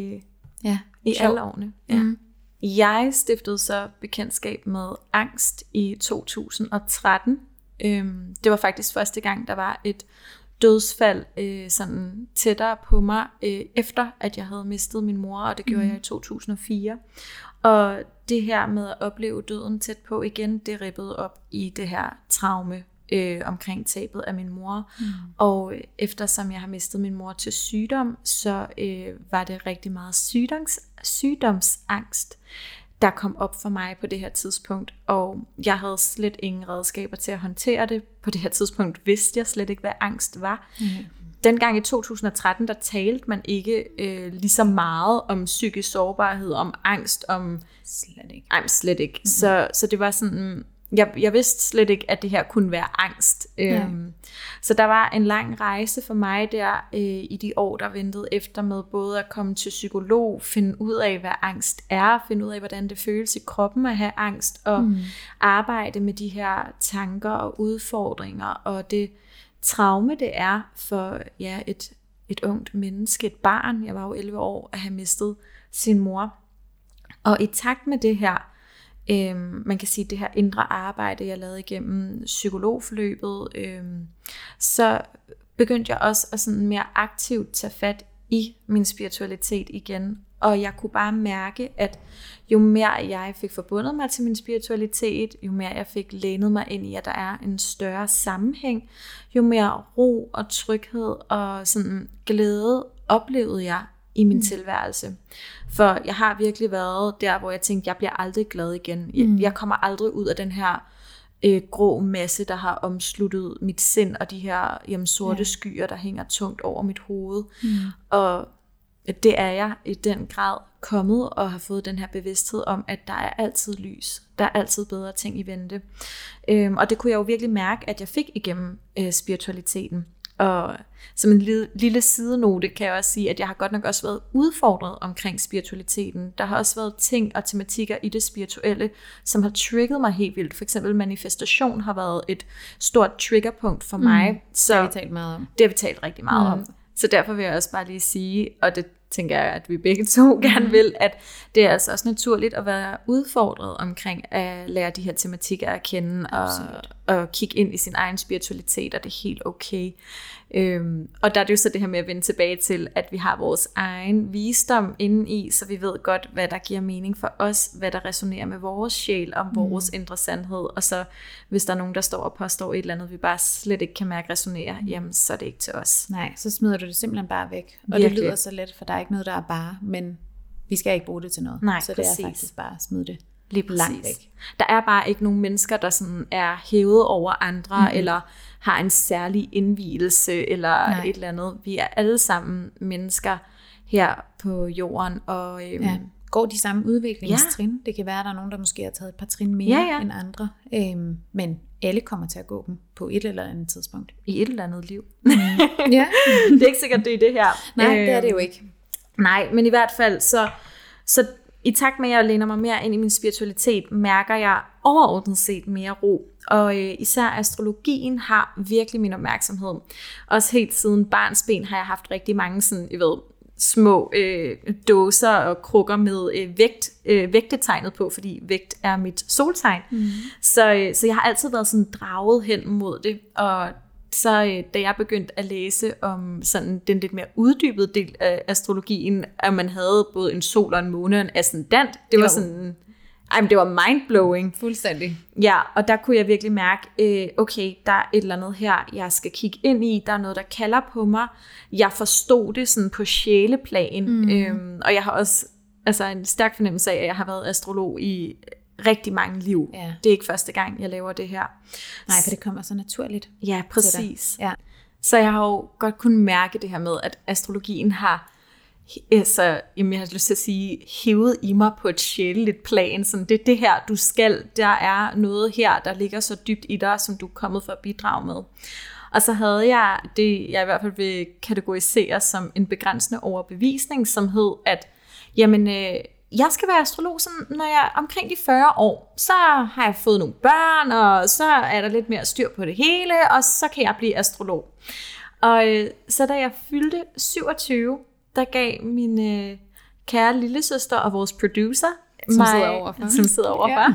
i alle årene. Ja. Jeg stiftede så bekendtskab med angst i 2013. Det var faktisk første gang, der var et dødsfald sådan tættere på mig, efter at jeg havde mistet min mor, og det gjorde jeg i 2004. Og det her med at opleve døden tæt på igen, det rippede op i det her traume omkring tabet af min mor. Og eftersom jeg har mistet min mor til sygdom, så var det rigtig meget sygdomsangst, der kom op for mig på det her tidspunkt, og jeg havde slet ingen redskaber til at håndtere det. På det her tidspunkt vidste jeg slet ikke, hvad angst var. Dengang i 2013, der talte man ikke lige så meget om psykisk sårbarhed, om angst, om... Slet ikke. Så det var sådan... Jeg vidste slet ikke, at det her kunne være angst. Så der var en lang rejse for mig der i de år, der ventede efter med både at komme til psykolog, finde ud af, hvad angst er, finde ud af, hvordan det føles i kroppen at have angst, og arbejde med de her tanker og udfordringer, og det traume, det er for et ungt menneske, et barn, jeg var jo 11 år, at have mistet sin mor. Og i takt med det her, man kan sige, det her indre arbejde, jeg lavede igennem psykologforløbet, så begyndte jeg også at sådan mere aktivt tage fat i min spiritualitet igen. Og jeg kunne bare mærke, at jo mere jeg fik forbundet mig til min spiritualitet, jo mere jeg fik lænet mig ind i, at der er en større sammenhæng, jo mere ro og tryghed og sådan glæde oplevede jeg i min tilværelse. For jeg har virkelig været der, hvor jeg tænkte, jeg bliver aldrig glad igen. Jeg kommer aldrig ud af den her grå masse, der har omsluttet mit sind, og de her sorte skyer, der hænger tungt over mit hoved. Og det er jeg i den grad kommet og har fået den her bevidsthed om, at der er altid lys. Der er altid bedre ting i vente. Og det kunne jeg jo virkelig mærke, at jeg fik igennem spiritualiteten. Og som en lille sidenote kan jeg også sige, at jeg har godt nok også været udfordret omkring spiritualiteten. Der har også været ting og tematikker i det spirituelle, som har trigget mig helt vildt. For eksempel manifestation har været et stort triggerpunkt for mig. Så det har vi talt meget om. Det har vi talt rigtig meget om. Så derfor vil jeg også bare lige sige, og det tænker jeg, at vi begge to gerne vil, at det er altså også naturligt at være udfordret omkring at lære de her tematikker at kende, og kigge ind i sin egen spiritualitet, og det er helt okay. Og der er det jo så det her med at vende tilbage til, at vi har vores egen visdom indeni, så vi ved godt, hvad der giver mening for os, hvad der resonerer med vores sjæl, om vores indre sandhed, og så hvis der er nogen, der står og påstår et eller andet, vi bare slet ikke kan mærke resonere, jamen så er det ikke til os. Nej, så smider du det simpelthen bare væk. Og virkelig. Det lyder så let, for der er ikke noget, der er bare, men vi skal ikke bruge det til noget. Nej, så præcis. Det er faktisk bare at smide det lige langt væk. Der er bare ikke nogen mennesker, der sådan er hævet over andre, eller har en særlig indvielse, eller et eller andet. Vi er alle sammen mennesker her på jorden, og går de samme udviklingstrin. Det kan være, at der er nogen, der måske har taget et par trin mere end andre, men alle kommer til at gå dem på et eller andet tidspunkt. I et eller andet liv. Det er ikke sikkert, det er det her. Nej, det er det jo ikke. Nej, men i hvert fald, så i takt med, at jeg læner mig mere ind i min spiritualitet, mærker jeg overordnet set mere ro. Og især astrologien har virkelig min opmærksomhed. Også helt siden barnsben har jeg haft rigtig mange sådan, små dåser og krukker med vægtetegnet på, fordi vægt er mit soltegn. Så jeg har altid været sådan draget hen mod det, og så da jeg begyndte at læse om sådan den lidt mere uddybede del af astrologien, at man havde både en sol og en måne og en ascendant, det var sådan, det var mindblowing. Fuldstændig. Ja, og der kunne jeg virkelig mærke, okay, der er et eller andet her, jeg skal kigge ind i, der er noget, der kalder på mig. Jeg forstod det sådan på sjæleplan, og jeg har også en stærk fornemmelse af, at jeg har været astrolog i rigtig mange liv. Ja. Det er ikke første gang, jeg laver det her. Nej, for det kommer så naturligt. Ja, præcis. Ja. Så jeg har jo godt kunnet mærke det her med, at astrologien har, jeg har lyst til at sige, hævet i mig på et sjæleligt plan. Sådan, det er det her, du skal. Der er noget her, der ligger så dybt i dig, som du er kommet for at bidrage med. Og så havde jeg det, jeg i hvert fald vil kategorisere som en begrænsende overbevisning, som hed, at jeg skal være astrolog, sådan, når jeg er omkring de 40 år, så har jeg fået nogle børn, og så er der lidt mere styr på det hele, og så kan jeg blive astrolog. Og så da jeg fyldte 27, der gav min kære lillesøster og vores producer, som sidder overfor,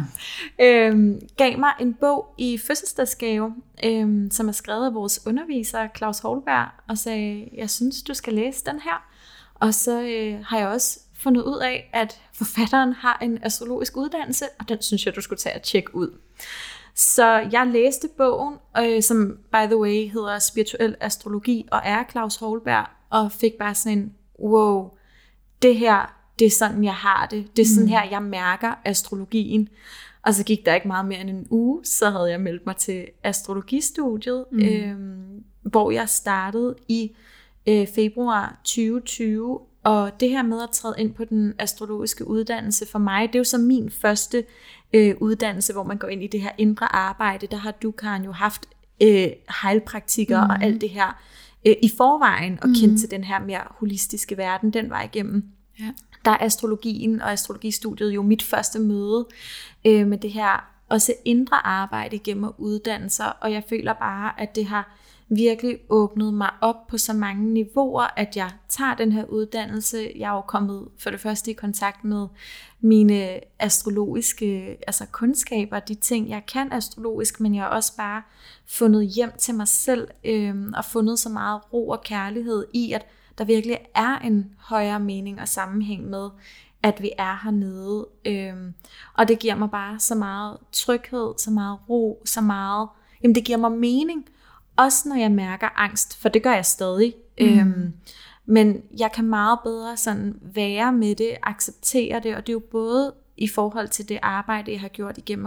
gav mig en bog i fødselsdagsgave, som er skrevet af vores underviser, Claus Holberg, og sagde, jeg synes, du skal læse den her. Og så har jeg også fundet ud af, at forfatteren har en astrologisk uddannelse, og den synes jeg, du skulle tage og tjekke ud. Så jeg læste bogen, som by the way hedder Spirituel Astrologi, og er Claus Holberg, og fik bare sådan en, wow, det her, det er sådan, jeg har det. Det er sådan her, jeg mærker astrologien. Og så gik der ikke meget mere end en uge, så havde jeg meldt mig til astrologistudiet, hvor jeg startede i februar 2020. Og det her med at træde ind på den astrologiske uddannelse for mig, det er jo så min første uddannelse, hvor man går ind i det her indre arbejde. Der har du, Karen, jo haft heilpraktikker og alt det her i forvejen, og kendt til den her mere holistiske verden, den vej igennem. Ja. Der er astrologien og astrologistudiet jo mit første møde med det her også indre arbejde igennem uddannelser, og jeg føler bare, at det har virkelig åbnet mig op på så mange niveauer, at jeg tager den her uddannelse. Jeg er jo kommet for det første i kontakt med mine astrologiske kundskaber, de ting, jeg kan astrologisk, men jeg har også bare fundet hjem til mig selv, og fundet så meget ro og kærlighed i, at der virkelig er en højere mening og sammenhæng med, at vi er hernede. Og det giver mig bare så meget tryghed, så meget ro, så meget, jamen det giver mig mening. Også når jeg mærker angst, for det gør jeg stadig. Men jeg kan meget bedre sådan være med det, acceptere det, og det er jo både i forhold til det arbejde, jeg har gjort igennem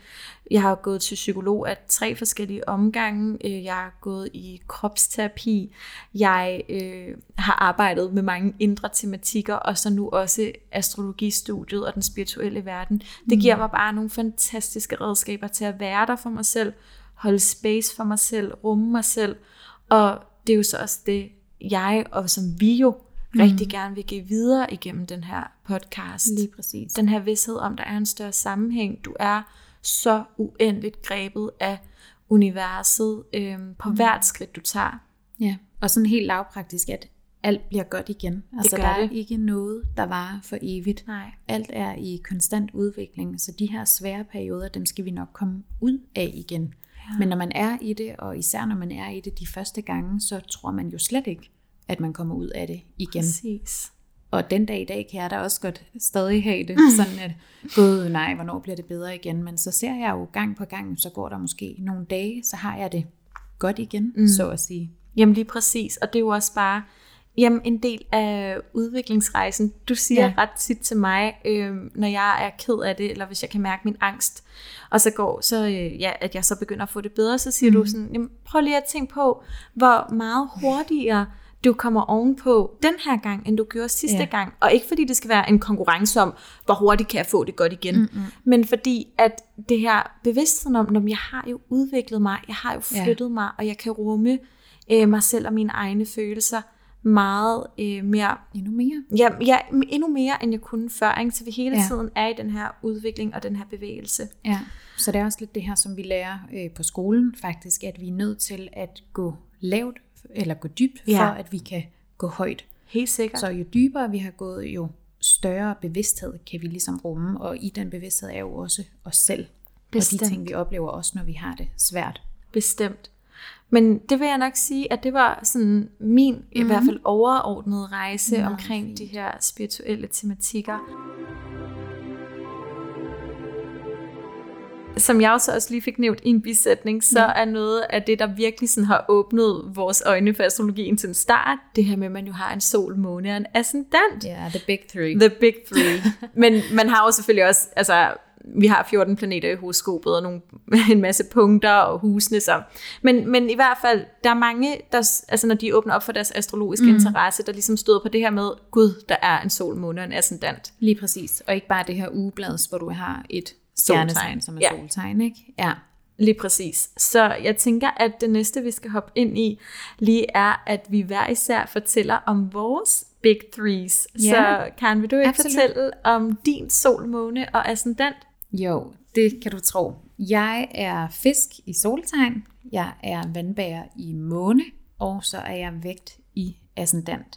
jeg har gået til psykolog af 3 forskellige omgange, jeg har gået i kropsterapi, jeg har arbejdet med mange indre tematikker, og så nu også astrologistudiet og den spirituelle verden. Det giver mig bare nogle fantastiske redskaber til at være der for mig selv, holde space for mig selv, rumme mig selv, og det er jo så også det, jeg og som vi jo rigtig gerne vil give videre igennem den her podcast. Lige præcis. Den her vished om, der er en større sammenhæng. Du er så uendeligt grebet af universet på hvert skridt, du tager. Ja, og sådan helt lavpraktisk, at alt bliver godt igen. Altså der er ikke noget, der varer for evigt. Nej. Alt er i konstant udvikling, så de her svære perioder, dem skal vi nok komme ud af igen. Ja. Men når man er i det, og især når man er i det de første gange, så tror man jo slet ikke, at man kommer ud af det igen. Præcis. Og den dag i dag kan jeg da også godt stadig have det, sådan at gud nej, hvornår bliver det bedre igen, men så ser jeg jo gang på gang, så går der måske nogle dage, så har jeg det godt igen, så at sige. Jamen lige præcis, og det er jo også bare en del af udviklingsrejsen. Du siger ret tit til mig, når jeg er ked af det, eller hvis jeg kan mærke min angst, og så går, at jeg så begynder at få det bedre, så siger du sådan, jamen, prøv lige at tænke på, hvor meget hurtigere du kommer ovenpå den her gang, end du gjorde sidste gang. Og ikke fordi det skal være en konkurrence om, hvor hurtigt kan jeg få det godt igen. Men fordi, at det her bevidstheden om, at jeg har jo udviklet mig, jeg har jo flyttet mig, og jeg kan rumme mig selv og mine egne følelser meget mere. Endnu mere? Ja, endnu mere, end jeg kunne før. Ikke? Så vi hele tiden er i den her udvikling og den her bevægelse. Ja, så det er også lidt det her, som vi lærer på skolen faktisk, at vi er nødt til at gå lavt, eller gå dybt, for at vi kan gå højt. Helt sikkert. Så jo dybere vi har gået, jo større bevidsthed kan vi ligesom rumme, og i den bevidsthed er jo også os selv. Bestemt. Og de ting, vi oplever også, når vi har det svært. Bestemt. Men det vil jeg nok sige, at det var sådan min i hvert fald overordnede rejse omkring de her spirituelle tematikker. Som jeg også lige fik nævnt i en bisætning, så er noget af det, der virkelig sådan har åbnet vores øjne for astrologien til en start, det her med, at man jo har en sol, måne og en ascendant. Ja, the big three. The big three. Men man har jo selvfølgelig også, vi har 14 planeter i horoskopet og en masse punkter og husene. Så. Men i hvert fald, der er mange, der, når de åbner op for deres astrologiske interesse, der ligesom støder på det her med, gud, der er en sol, måne og en ascendant. Lige præcis. Og ikke bare det her ugeblads, hvor du har et stjernetegn, som er soltegn, ikke? Ja. Lige præcis. Så jeg tænker, at det næste, vi skal hoppe ind i, lige er, at vi hver især fortæller om vores big threes. Så Karen, vil du ikke fortælle om din sol, måne og ascendant? Jo, det kan du tro. Jeg er fisk i soltegn, jeg er vandbærer i måne, og så er jeg vægt i ascendant.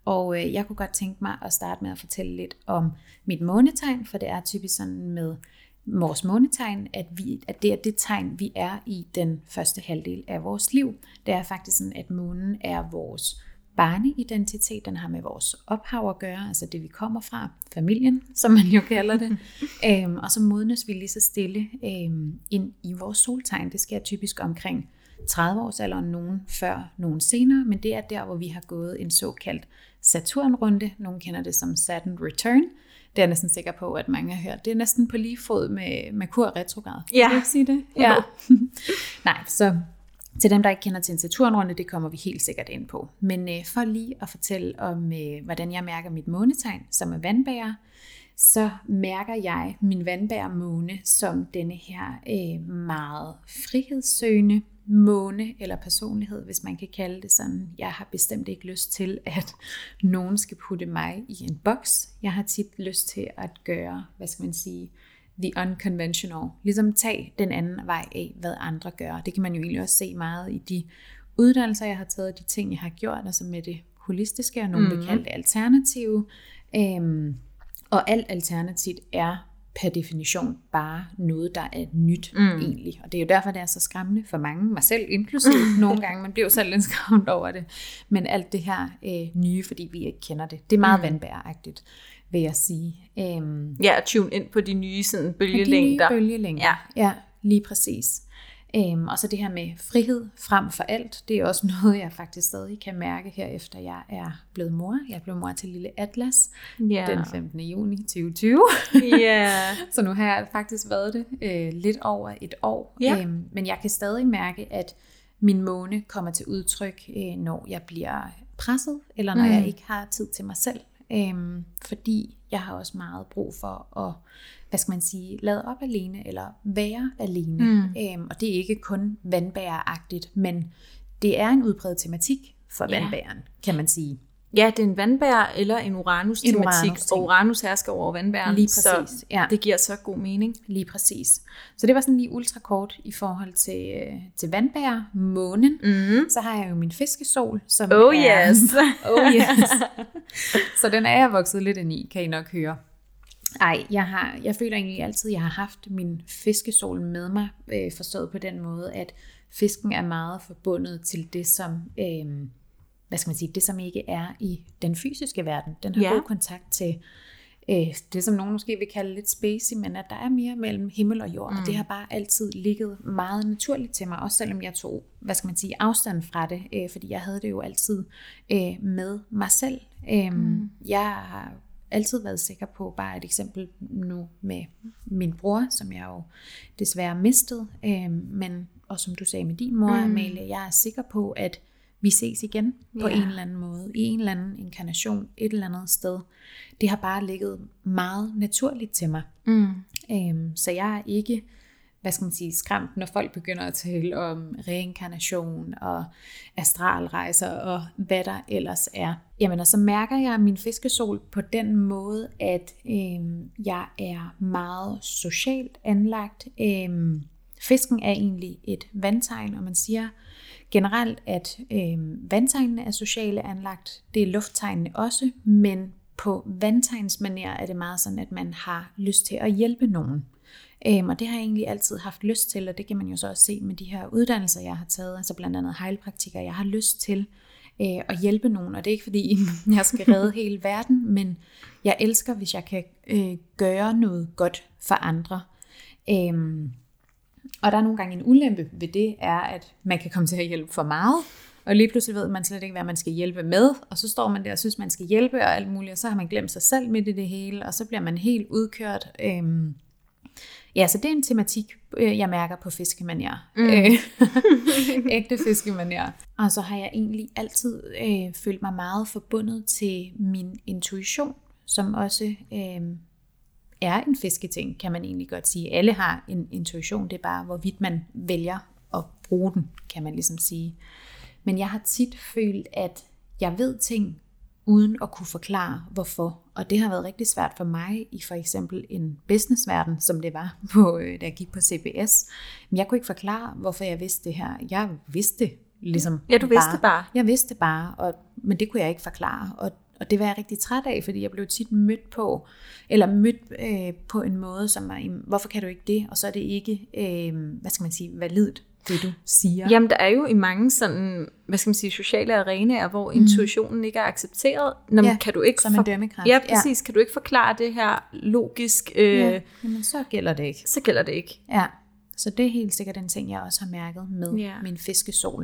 Og jeg kunne godt tænke mig at starte med at fortælle lidt om mit månetegn, for det er typisk sådan med vores månetegn, at det er det tegn, vi er i den første halvdel af vores liv. Det er faktisk sådan, at månen er vores barneidentitet, den har med vores ophav at gøre, altså det vi kommer fra, familien, som man jo kalder det. Og så modnes vi lige så stille ind i vores soltegn. Det sker typisk omkring 30-årsalderen, nogen før, nogen senere, men det er der, hvor vi har gået en såkaldt Saturn-runde. Nogle kender det som Saturn Return. Det er jeg næsten sikker på, at mange har hørt. Det er næsten på lige fod med Merkur retrograd. Ja. Kan du ikke sige det? Ja. Nej, så til dem, der ikke kender til en Saturn-runde, det kommer vi helt sikkert ind på. Men for lige at fortælle om, hvordan jeg mærker mit månetegn, som er vandbærer, så mærker jeg min vandbærer-måne som denne her meget frihedssøgende måne eller personlighed, hvis man kan kalde det sådan. Jeg har bestemt ikke lyst til, at nogen skal putte mig i en boks. Jeg har tit lyst til at gøre, hvad skal man sige, the unconventional. Ligesom tage den anden vej af, hvad andre gør. Det kan man jo egentlig også se meget i de uddannelser, jeg har taget, de ting, jeg har gjort, altså med det holistiske, og nogen vil kalde det alternative. Og alt alternativt er per definition bare noget, der er nyt egentlig. Og det er jo derfor, det er så skræmmende for mange, mig selv inklusive nogle gange. Man bliver jo selv lidt skræmt over det. Men alt det her nye, fordi vi ikke kender det, det er meget vandbæragtigt, vil jeg sige. Ja, at tune ind på de nye sådan, bølgelængder. De nye bølgelængder, ja, lige præcis. Og så det her med frihed frem for alt, det er også noget, jeg faktisk stadig kan mærke her efter jeg er blevet mor. Jeg blev mor til lille Atlas den 15. juni 2020. Så nu har jeg faktisk været det lidt over et år. Men jeg kan stadig mærke, at min måne kommer til udtryk, når jeg bliver presset, eller når jeg ikke har tid til mig selv. Fordi jeg har også meget brug for at, hvad skal man sige, lade op alene, eller være alene. Og det er ikke kun vandbæreragtigt, men det er en udbredt tematik for vandbæren, kan man sige. Ja, det er en vandbærer eller en Uranus-tematik, og Uranus hersker over vandbæren, lige præcis, så det giver så god mening. Lige præcis. Så det var sådan lige ultrakort i forhold til vandbærer, månen. Så har jeg jo min fiskesol, som yes. Så den er jeg vokset lidt ind i, kan I nok høre. Jeg føler egentlig altid, at jeg har haft min fiskesol med mig, forstået på den måde, at fisken er meget forbundet til det, som hvad skal man sige, det som ikke er i den fysiske verden. Den har god kontakt til det, som nogen måske vil kalde lidt spacey, men at der er mere mellem himmel og jord, og det har bare altid ligget meget naturligt til mig, også selvom jeg tog, hvad skal man sige, afstand fra det, fordi jeg havde det jo altid med mig selv. Jeg har altid været sikker på, bare et eksempel nu med min bror, som jeg jo desværre mistede, men og som du sagde med din mor, Amalie, jeg er sikker på, at vi ses igen på en eller anden måde, i en eller anden inkarnation, et eller andet sted. Det har bare ligget meget naturligt til mig. Så jeg er ikke, hvad skal man sige, skræmt, når folk begynder at tale om reinkarnation og astralrejser og hvad der ellers er. Jamen, og så mærker jeg min fiskesol på den måde, at jeg er meget socialt anlagt. Fisken er egentlig et vandtegn, og man siger generelt, at vandtegnene er sociale anlagt. Det er lufttegnene også, men på vandtegnsmanér er det meget sådan, at man har lyst til at hjælpe nogen. Og det har jeg egentlig altid haft lyst til, og det kan man jo så også se med de her uddannelser, jeg har taget, altså blandt andet heilpraktiker. Jeg har lyst til at hjælpe nogen, og det er ikke fordi, jeg skal redde hele verden, men jeg elsker, hvis jeg kan gøre noget godt for andre. Og der er nogle gange en ulempe ved det, er, at man kan komme til at hjælpe for meget, og lige pludselig ved man slet ikke, hvad man skal hjælpe med, og så står man der og synes, man skal hjælpe og alt muligt, og så har man glemt sig selv midt i det hele, og så bliver man helt udkørt. Så det er en tematik, jeg mærker på fiskemanér. Ægte fiskemanér. Og så har jeg egentlig altid følt mig meget forbundet til min intuition, som også er en fisketing, kan man egentlig godt sige. Alle har en intuition, det er bare, hvorvidt man vælger at bruge den, kan man ligesom sige. Men jeg har tit følt, at jeg ved ting, uden at kunne forklare, hvorfor. Og det har været rigtig svært for mig, i for eksempel en businessverden, som det var, da jeg gik på CBS. Men jeg kunne ikke forklare, hvorfor jeg vidste det her. Jeg vidste det ligesom. Ja, du vidste bare. Jeg vidste bare, men det kunne jeg ikke forklare. Og det var jeg rigtig træt af, fordi jeg blev tit mødt på en måde, som var, hvorfor kan du ikke det? Og så er det ikke, validt, det du siger. Jamen, der er jo i mange sådan, sociale arenaer, hvor intuitionen ikke er accepteret. Nå, kan du ikke som en dømmekraft. Ja, præcis. Kan du ikke forklare det her logisk? Jamen, så gælder det ikke. Så gælder det ikke. Ja, så det er helt sikkert en ting, jeg også har mærket med min fiskesol.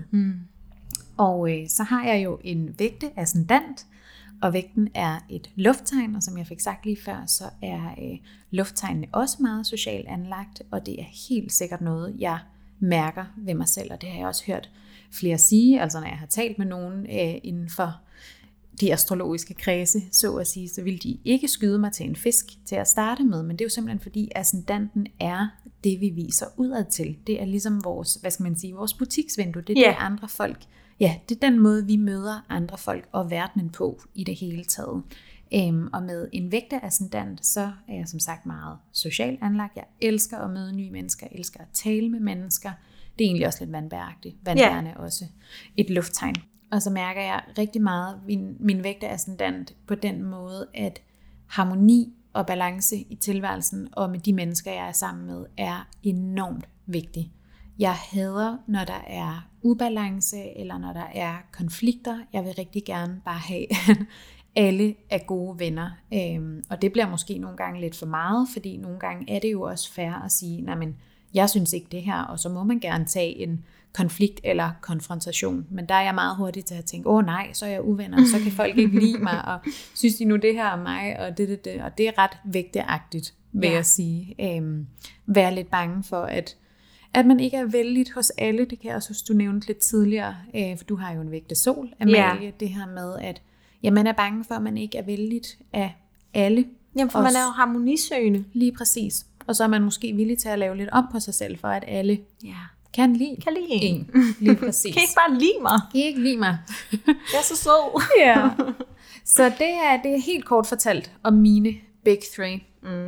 Og så har jeg jo en vægteascendant, og vægten er et lufttegn, og som jeg fik sagt lige før, så er lufttegnene også meget socialt anlagt, og det er helt sikkert noget, jeg mærker ved mig selv, og det har jeg også hørt flere sige, altså når jeg har talt med nogen inden for de astrologiske kredse, så at sige, så vil de ikke skyde mig til en fisk til at starte med, men det er jo simpelthen fordi ascendanten er det, vi viser udad til. Det er ligesom vores, vores butiksvindue, det er det andre folk, det er den måde, vi møder andre folk og verdenen på i det hele taget. Og med en vægteascendant, så er jeg som sagt meget socialt anlagt. Jeg elsker at møde nye mennesker, jeg elsker at tale med mennesker. Det er egentlig også lidt vandbæragtigt. Vandbærende er også et lufttegn. Og så mærker jeg rigtig meget min vægteascendant på den måde, at harmoni og balance i tilværelsen og med de mennesker, jeg er sammen med, er enormt vigtig. Jeg hader, når der er ubalance eller når der er konflikter. Jeg vil rigtig gerne bare have alle er gode venner. Og det bliver måske nogle gange lidt for meget, fordi nogle gange er det jo også fair at sige, nej, men jeg synes ikke det her, og så må man gerne tage en konflikt eller konfrontation. Men der er jeg meget hurtig til at tænke, nej, så er jeg uvenner, så kan folk ikke lide mig, og synes de nu det her er mig, og det. Og det er ret vægteagtigt, vil jeg sige. Være lidt bange for, at man ikke er vældigt hos alle. Det kan jeg også, du nævnte lidt tidligere, for du har jo en vægtesol, Amalie, det her med, at man er bange for, at man ikke er vældigt af alle. Jamen, for man er jo harmonisøgende. Lige præcis. Og så er man måske villig til at lave lidt om på sig selv, for at alle kan lide en. Lige præcis. Kan I ikke bare lide mig? Kan I ikke lide mig? Jeg er så sød. Ja. Så det er helt kort fortalt om mine big three.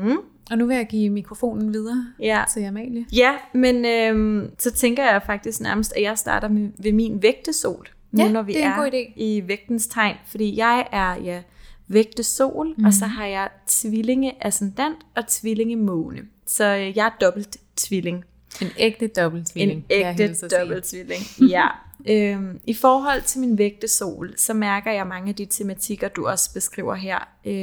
Og nu vil jeg give mikrofonen videre til Amalie. Ja, men så tænker jeg faktisk nærmest, at jeg starter ved min vægtesol. Nu når vi det er en god idé. I vægtens tegn. Fordi jeg er vægtesol, og så har jeg tvillinge ascendant og tvillinge måne. Så jeg er dobbelt tvilling. En ægte dobbelttvilling. En ægte dobbelttvilling, ja. I forhold til min vægtesol, så mærker jeg mange af de tematikker, du også beskriver her,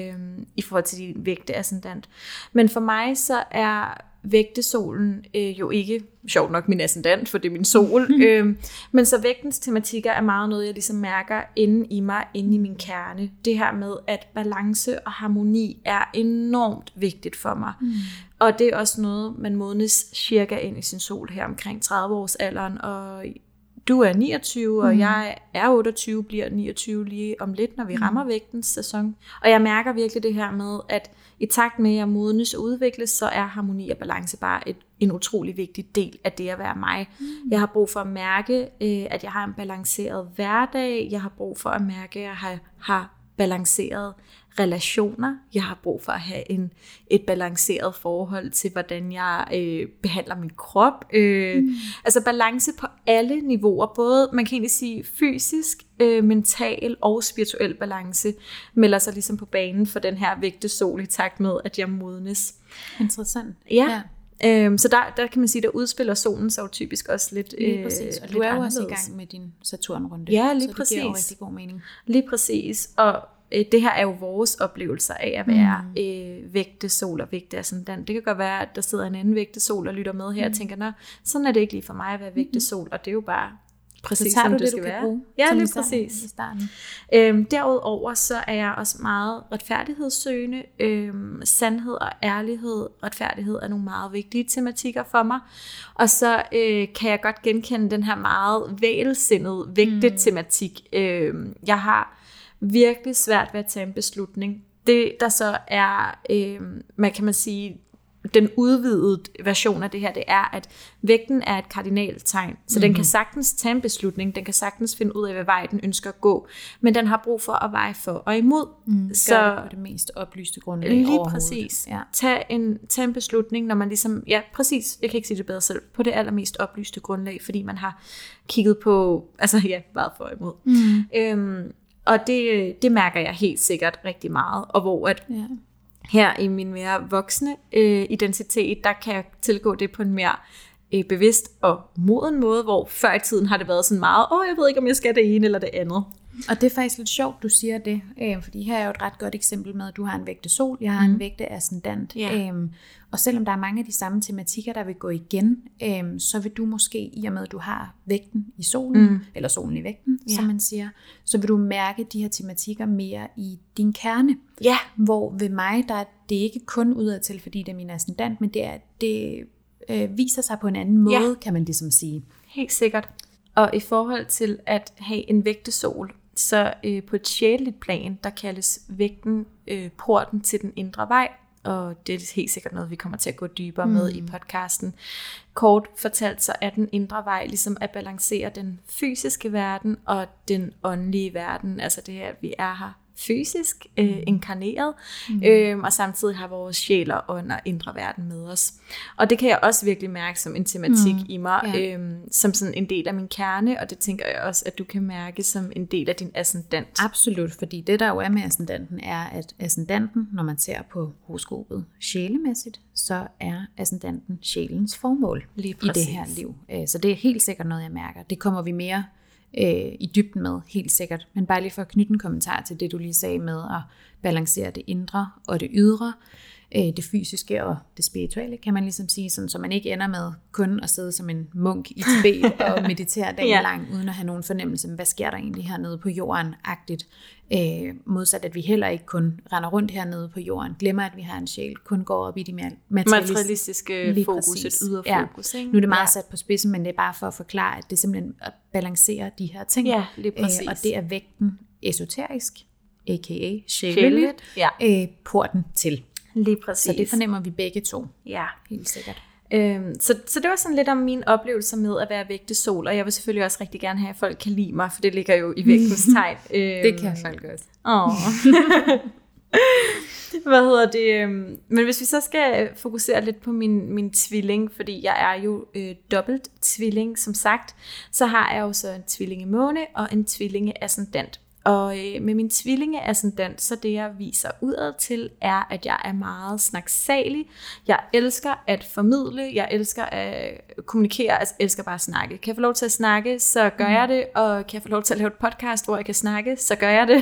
i forhold til din vægteascendant. Men for mig så er vægtesolen jo ikke sjovt nok min ascendant, for det er min sol. Men så vægtens tematikker er meget noget, jeg ligesom mærker inde i mig, inde i min kerne. Det her med, at balance og harmoni er enormt vigtigt for mig. Og det er også noget, man modnes cirka ind i sin sol her omkring 30-årsalderen, og du er 29, og jeg er 28, bliver 29 lige om lidt, når vi rammer vægtens sæson. Og jeg mærker virkelig det her med, at i takt med, at jeg modnes og udvikles, så er harmoni og balance bare en utrolig vigtig del af det at være mig. Jeg har brug for at mærke, at jeg har en balanceret hverdag. Jeg har brug for at mærke, at jeg har balanceret relationer. Jeg har brug for at have et balanceret forhold til, hvordan jeg behandler min krop. Altså balance på alle niveauer, både man kan egentlig sige fysisk, mental og spirituel balance, melder sig ligesom på banen for den her vægtesol i takt med, at jeg modnes. Interessant. Ja. Så der kan man sige, der udspiller solen sig jo typisk også lidt lige præcis. Og du er jo også i gang med din Saturnrunde. Ja, lige præcis. Så det giver jo rigtig god mening. Lige præcis. Og det her er jo vores oplevelser af at være vægtesol og vægteascendant. Det kan godt være, at der sidder en anden vægtesol og lytter med her og tænker, sådan er det ikke lige for mig at være vægtesol, og det er jo bare præcis som det skal være. Bruge, ja, lige præcis. I starten. Derudover så er jeg også meget retfærdighedssøgende. Sandhed og ærlighed, retfærdighed er nogle meget vigtige tematikker for mig. Og så kan jeg godt genkende den her meget vælsindede vægtetematik. Jeg har virkelig svært ved at tage en beslutning. Det der så er, kan man sige, den udvidede version af det her, det er, at vægten er et kardinaltegn, så den kan sagtens tage en beslutning, den kan sagtens finde ud af, hvad vej den ønsker at gå, men den har brug for at veje for og imod. Så det på det mest oplyste grundlag lige præcis. Ja. Tag en beslutning, når man ligesom, ja præcis, jeg kan ikke sige det bedre selv, på det allermest oplyste grundlag, fordi man har kigget på, altså ja, vejet for og imod. Og det mærker jeg helt sikkert rigtig meget. Og hvor at her i min mere voksne identitet, der kan jeg tilgå det på en mere bevidst og moden måde, hvor før i tiden har det været sådan meget, jeg ved ikke, om jeg skal det ene eller det andet. Og det er faktisk lidt sjovt, du siger det, fordi her er jo et ret godt eksempel med, at du har en vægte sol, jeg har en vægte ascendant. Og selvom der er mange af de samme tematikker, der vil gå igen, så vil du måske, i og med at du har vægten i solen, eller solen i vægten, som man siger, så vil du mærke de her tematikker mere i din kerne. Ja. Hvor ved mig, der er det ikke kun udadtil, fordi det er min ascendant, men det viser sig på en anden måde, kan man ligesom sige. Helt sikkert. Og i forhold til at have en vægtesol, så på et sjæleligt plan, der kaldes vægten porten til den indre vej, og det er helt sikkert noget, vi kommer til at gå dybere med i podcasten. Kort fortalt, så er den indre vej ligesom at balancere den fysiske verden og den åndelige verden, altså det her, at vi er her fysisk inkarneret, og samtidig har vores sjæl og ånd og indre verden med os. Og det kan jeg også virkelig mærke som en tematik i mig, som sådan en del af min kerne, og det tænker jeg også, at du kan mærke som en del af din ascendant. Absolut, fordi det der jo er med ascendanten, er, at ascendanten, når man ser på horoskopet sjælemæssigt, så er ascendanten sjælens formål i det her liv. Så det er helt sikkert noget, jeg mærker. Det kommer vi mere i dybden med, helt sikkert. Men bare lige for at knytte en kommentar til det, du lige sagde med at balancere det indre og det ydre, det fysiske og det spirituelle, kan man ligesom sige, sådan, så man ikke ender med kun at sidde som en munk i Tibet og meditere dagen lang, uden at have nogen fornemmelse, hvad sker der egentlig hernede på jorden-agtigt. Modsat at vi heller ikke kun render rundt hernede på jorden, glemmer at vi har en sjæl, kun går op i de mere materialistiske fokus, et ydre fokus. Ja. Nu er det meget sat på spidsen, men det er bare for at forklare, at det er simpelthen at balancere de her ting. Ja, lige præcis. Og det er vægten esoterisk, a.k.a. sjæleligt, porten til. Lige præcis. Så det fornemmer vi begge to. Ja. Helt sikkert. Så det var sådan lidt om mine oplevelser med at være vægtesol, og jeg vil selvfølgelig også rigtig gerne have, at folk kan lide mig, for det ligger jo i vægtens tegn. Det kan folk også. Men hvis vi så skal fokusere lidt på min tvilling, fordi jeg er jo dobbelt tvilling, som sagt, så har jeg jo så en tvillingemåne og en tvillingeascendant. Og med min tvillingeascendant, så det jeg viser udad til, er, at jeg er meget snaksalig. Jeg elsker at formidle, jeg elsker at kommunikere, altså elsker bare at snakke. Kan jeg få lov til at snakke, så gør jeg det, og kan jeg få lov til at lave et podcast, hvor jeg kan snakke, så gør jeg det.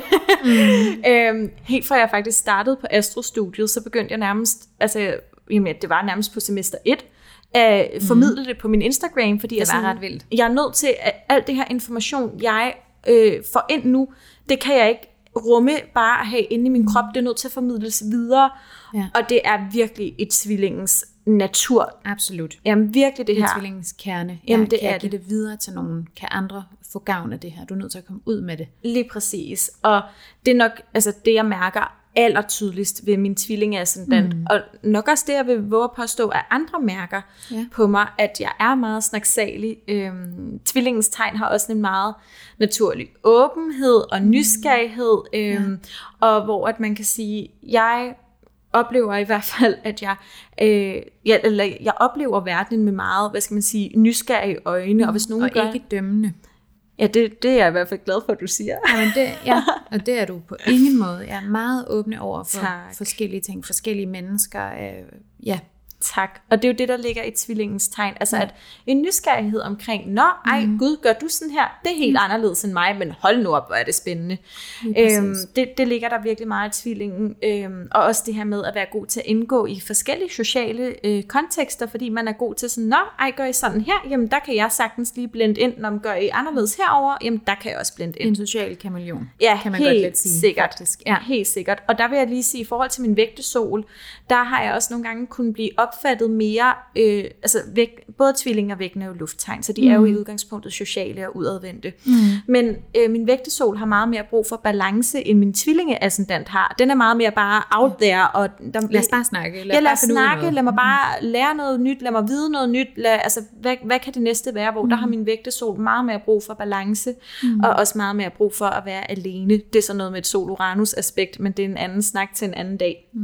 Helt fra jeg faktisk startede på Astro-studiet, så begyndte jeg nærmest, det var nærmest på semester 1, at formidle det på min Instagram, fordi det var ret vildt. Jeg er nødt til, at alt det her information, jeg får ind nu, det kan jeg ikke rumme bare at have inde i min krop, det er nødt til at formidles videre, og det er virkelig et tvillingens natur. Absolut. Jamen virkelig det her. Det er tvillingens kerne. Jamen det kan er give det videre til nogen, kan andre få gavn af det her, du er nødt til at komme ud med det. Lige præcis, og det er nok det jeg mærker allertydeligst ved min tvillingeascendant, og nok også det, jeg vil våge at påstå, at andre mærker på mig, at jeg er meget snaksalig. Tvillingens tegn har også en meget naturlig åbenhed og nysgerrighed, og hvor at man kan sige, jeg oplever i hvert fald, at jeg oplever verdenen med meget, nysgerrige øjne, og hvis nogen gør ikke dømmende. Ja, det er jeg i hvert fald glad for, at du siger. Og det er du på ingen måde. Jeg er meget åbne over for forskellige ting, forskellige mennesker. Tak. Og det er jo det, der ligger i tvillingens tegn. Altså at en nysgerrighed omkring, Gud, gør du sådan her? Det er helt anderledes end mig, men hold nu op, hvor er det spændende. Det ligger der virkelig meget i tvillingen. Og også det her med at være god til at indgå i forskellige sociale kontekster, fordi man er god til sådan, gør I sådan her? Jamen der kan jeg sagtens lige blende ind, når man gør I anderledes herover. Jamen der kan jeg også blende ind. En social kameleon. Ja, kan man godt lidt sige. Sikkert. Ja, helt sikkert. Og der vil jeg lige sige, i forhold til min vægtesol, der har jeg også nogle gange kunnet blive opfattet mere, både tvilling og vægten er jo lufttegn, så de er jo i udgangspunktet sociale og udadvendte. Men min vægtesol har meget mere brug for balance, end min tvillingeascendant har. Den er meget mere bare out there. Og lad os bare snakke. Lad os snakke, lad mig bare lære noget nyt, lad mig vide noget nyt. Hvad kan det næste være, hvor der har min vægtesol meget mere brug for balance, og også meget mere brug for at være alene. Det er sådan noget med et Sol-Uranus aspekt, men det er en anden snak til en anden dag.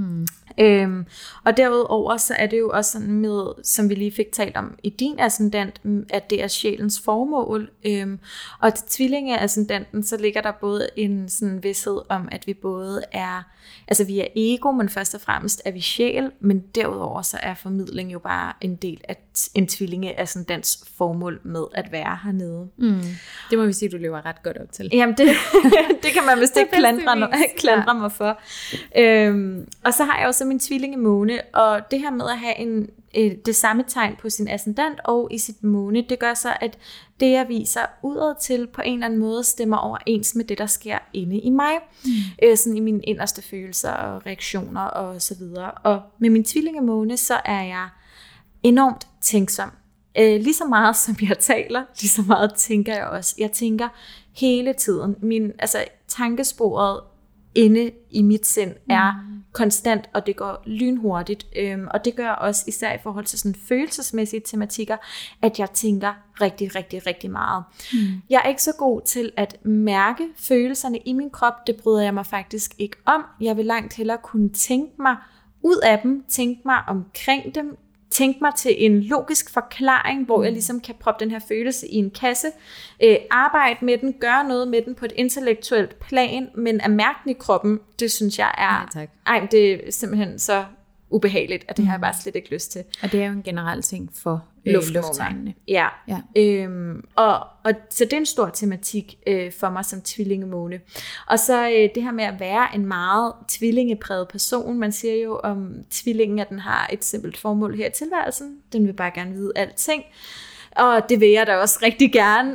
Og derudover så er det jo også sådan med, som vi lige fik talt om i din ascendant, at det er sjælens formål. Og til tvillingeascendanten, så ligger der både en sådan vidsthed om, at vi både er, altså vi er ego, men først og fremmest er vi sjæl, men derudover så er formidling jo bare en del af en tvillingeascendants formål med at være hernede. Det må vi sige, du lever ret godt op til. Jamen det kan man vist ikke klandre mig for. Og så har jeg også min tvillingemåne, og det her med at have det samme tegn på sin ascendant og i sit måne, det gør så, at det jeg viser udad til på en eller anden måde stemmer overens med det, der sker inde i mig. Sådan i mine inderste følelser og reaktioner og så videre. Og med min tvillingemåne, så er jeg enormt tænksom. Lige så meget som jeg taler, lige så meget tænker jeg også. Jeg tænker hele tiden. Tankesporet inde i mit sind er konstant, og det går lynhurtigt. Og det gør også især i forhold til sådan følelsesmæssige tematikker, at jeg tænker rigtig, rigtig, rigtig meget. Jeg er ikke så god til at mærke følelserne i min krop. Det bryder jeg mig faktisk ikke om. Jeg vil langt hellere kunne tænke mig ud af dem, tænke mig omkring dem, tænke mig til en logisk forklaring, hvor jeg ligesom kan proppe den her følelse i en kasse, arbejde med den, gøre noget med den på et intellektuelt plan, men at mærke den i kroppen, det synes jeg er, det er simpelthen så ubehageligt, at det har jeg bare slet ikke lyst til. Og det er jo en generel ting for lufttegnene. Ja. Og så det er en stor tematik for mig som tvillingemåne. Og så det her med at være en meget tvillingepræget person. Man siger jo om tvillingen, at den har et simpelt formål her i tilværelsen. Den vil bare gerne vide alting. Og det vil jeg da også rigtig gerne.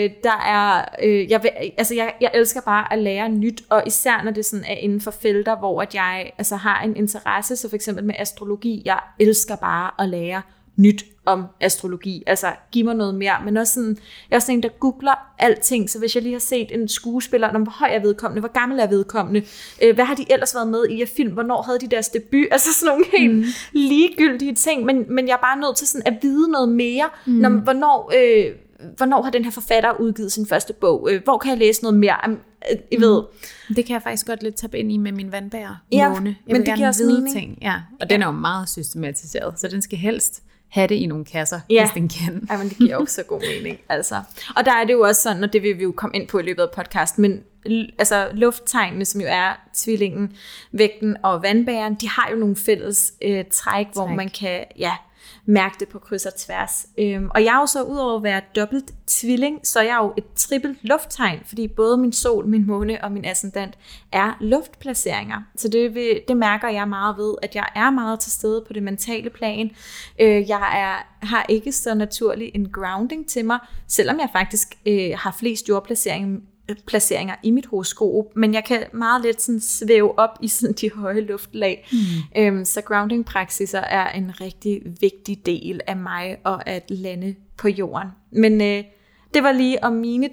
Jeg elsker bare at lære nyt, og især når det sådan er inden for felter, hvor at jeg har en interesse, så for eksempel med astrologi. Jeg elsker bare at lære nyt om astrologi. Altså, giv mig noget mere. Men også sådan, jeg er også en, der googler alting. Så hvis jeg lige har set en skuespiller, hvor høj er vedkommende, hvor gammel er vedkommende, hvad har de ellers været med i film, hvornår havde de deres debut? Altså sådan nogle helt ligegyldige ting. Men jeg er bare nødt til sådan at vide noget mere. Hvornår har den her forfatter udgivet sin første bog? Hvor kan jeg læse noget mere? I ved. Det kan jeg faktisk godt lidt tabe ind i med min vandbærer. Men det giver også mening. Ting. Ja. Og den er jo meget systematiseret, så den skal helst have det i nogle kasser, hvis den kan. Ja, men det giver også så god mening. Altså. Og der er det jo også sådan, og det vil vi jo komme ind på i løbet af podcasten, men lufttegnene, som jo er tvillingen, vægten og vandbæren, de har jo nogle fælles træk, hvor man kan mærke det på kryds og tværs. Og jeg er jo så udover at være dobbelt tvilling, så er jeg jo et trippelt lufttegn, fordi både min sol, min måne og min ascendant er luftplaceringer. Så det mærker jeg meget ved, at jeg er meget til stede på det mentale plan. Jeg har ikke så naturlig en grounding til mig, selvom jeg faktisk har flest jordplaceringer i mit horoskop, men jeg kan meget let sådan svæve op i sådan de høje luftlag. Så grounding-praksiser er en rigtig vigtig del af mig og at lande på jorden. Men det var lige om mine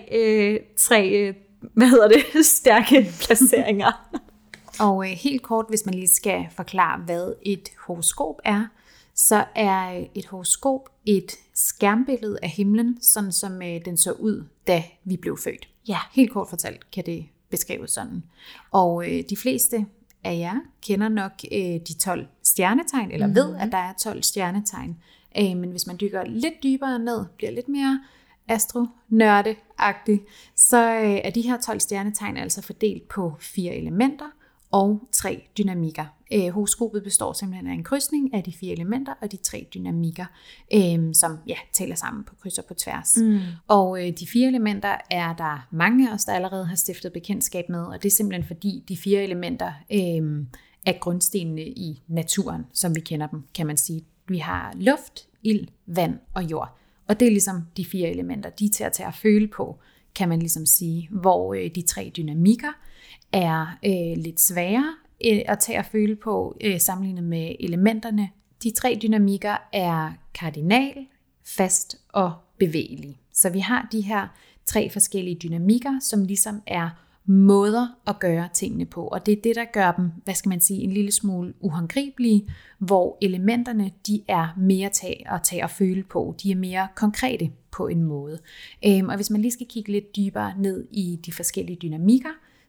tre stærke placeringer. Og helt kort, hvis man lige skal forklare, hvad et horoskop er, så er et horoskop et skærmbillede af himlen, sådan som den så ud, da vi blev født. Ja, helt kort fortalt kan det beskrives sådan. Og de fleste af jer kender nok de 12 stjernetegn, eller ved, at der er 12 stjernetegn. Men hvis man dykker lidt dybere ned, bliver lidt mere astronørde-agtig, så er de her 12 stjernetegn altså fordelt på 4 elementer og 3 dynamikker. Horoskopet består simpelthen af en krydsning af de 4 elementer og de 3 dynamikker, som taler sammen på kryds og på tværs. Og de 4 elementer er der mange af os, der allerede har stiftet bekendtskab med, og det er simpelthen fordi de 4 elementer er grundstenene i naturen, som vi kender dem, kan man sige. Vi har luft, ild, vand og jord. Og det er ligesom de 4 elementer, de er til at tage at føle på, kan man ligesom sige, hvor de 3 dynamikker er lidt sværere at tage at føle på sammenlignet med elementerne. De 3 dynamikker er kardinal, fast og bevægelig. Så vi har de her 3 forskellige dynamikker, som ligesom er måder at gøre tingene på. Og det er det, der gør dem, en lille smule uhåndgribelige, hvor elementerne, de er mere at tage og føle på. De er mere konkrete på en måde. Og hvis man lige skal kigge lidt dybere ned i de forskellige dynamikker,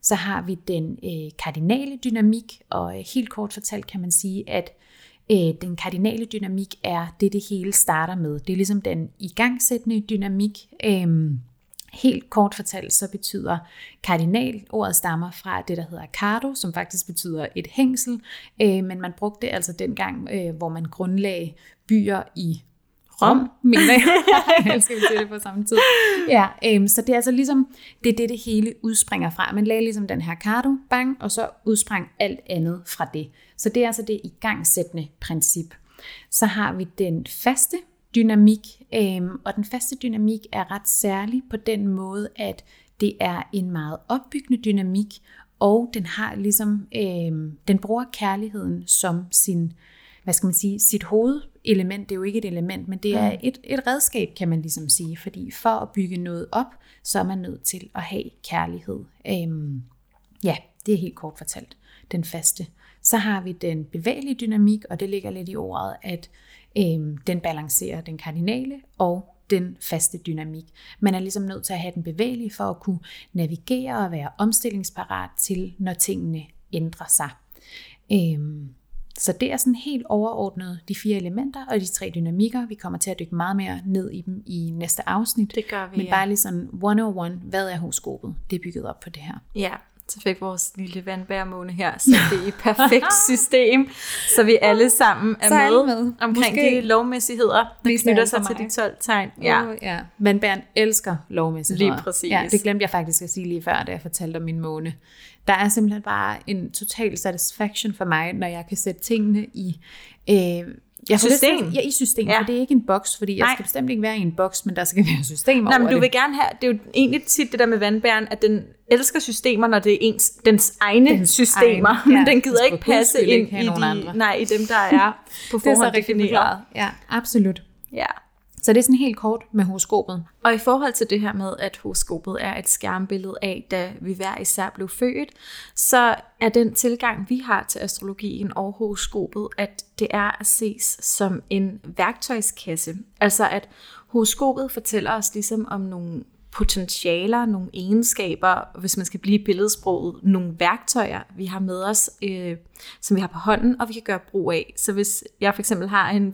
Så har vi den kardinale dynamik, og helt kort fortalt kan man sige, at den kardinale dynamik er det hele starter med. Det er ligesom den igangsættende dynamik. Helt kort fortalt, så betyder kardinal, ordet stammer fra det, der hedder cardo, som faktisk betyder et hængsel, men man brugte det altså dengang, hvor man grundlagde byer i Rom, mener jeg. Skal vi se det på samme tid. Ja, så det er altså ligesom, det hele udspringer fra. Man lagde ligesom den her cardo, bang, og så udsprang alt andet fra det. Så det er altså det igangsættende princip. Så har vi den faste dynamik, og den faste dynamik er ret særlig på den måde, at det er en meget opbyggende dynamik, og den har ligesom, den bruger kærligheden som sin, sit hovedelement. Det er jo ikke et element, men det er et redskab, kan man ligesom sige, fordi for at bygge noget op, så er man nødt til at have kærlighed. Ja, det er helt kort fortalt, den faste. Så har vi den bevægelige dynamik, og det ligger lidt i ordet, at den balancerer den kardinale og den faste dynamik. Man er ligesom nødt til at have den bevægelige for at kunne navigere og være omstillingsparat til, når tingene ændrer sig. Så det er sådan helt overordnet de 4 elementer og de 3 dynamikker. Vi kommer til at dykke meget mere ned i dem i næste afsnit. Det gør vi, men bare lige sådan 101, hvad er horoskopet? Det er bygget op på det her. Ja, så fik vores lille vandbærmåne her, så det er et perfekt system, så vi alle sammen er med omkring de lovmæssigheder, der knytter sig til de 12 tegn. Ja. Vandbæren elsker lovmæssigheder. Lige præcis. Ja, det glemte jeg faktisk at sige lige før, da jeg fortalte om min måne. Der er simpelthen bare en total satisfaction for mig, når jeg kan sætte tingene i system. I system, for det er ikke en boks, fordi jeg skal bestemt ikke være i en boks, men der skal være system over men du det. vil gerne have, det er jo egentlig tit det der med vandbæren, at den elsker systemer, når det er dens egne systemer, men den gider ikke passe ind i dem, der er på forhånd defineret. Ja, absolut. Ja. Så det er sådan helt kort med horoskopet. Og i forhold til det her med, at horoskopet er et skærmbillede af, da vi hver især blev født, så er den tilgang, vi har til astrologien og horoskopet, at det er at ses som en værktøjskasse. Altså at horoskopet fortæller os ligesom om nogle potentialer, nogle egenskaber, hvis man skal blive i billedsproget, nogle værktøjer, vi har med os, som vi har på hånden, og vi kan gøre brug af. Så hvis jeg for eksempel har en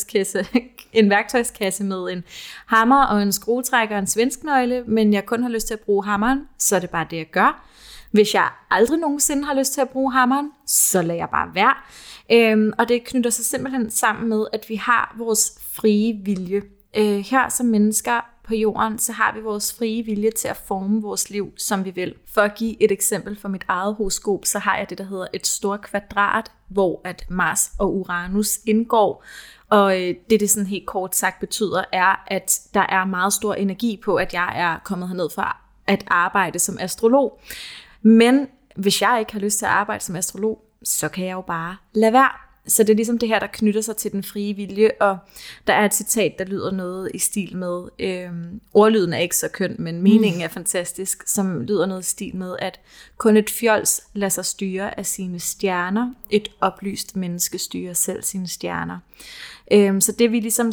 værktøjskasse med en hammer og en skruetrækker og en svensknøgle, men jeg kun har lyst til at bruge hammeren, så er det bare det, jeg gør. Hvis jeg aldrig nogensinde har lyst til at bruge hammeren, så lader jeg bare være. Og det knytter sig simpelthen sammen med, at vi har vores frie vilje. Her som mennesker på jorden, så har vi vores frie vilje til at forme vores liv, som vi vil. For at give et eksempel fra mit eget horoskop, så har jeg det, der hedder et stort kvadrat, hvor at Mars og Uranus indgår. Og det sådan helt kort sagt betyder, er, at der er meget stor energi på, at jeg er kommet herned for at arbejde som astrolog. Men hvis jeg ikke har lyst til at arbejde som astrolog, så kan jeg jo bare lade være. Så det er ligesom det her, der knytter sig til den frie vilje, og der er et citat, der lyder noget i stil med, ordlyden er ikke så køn, men meningen er fantastisk, som lyder noget i stil med, at kun et fjols lader sig styre af sine stjerner, et oplyst menneske styrer selv sine stjerner. Så det vi ligesom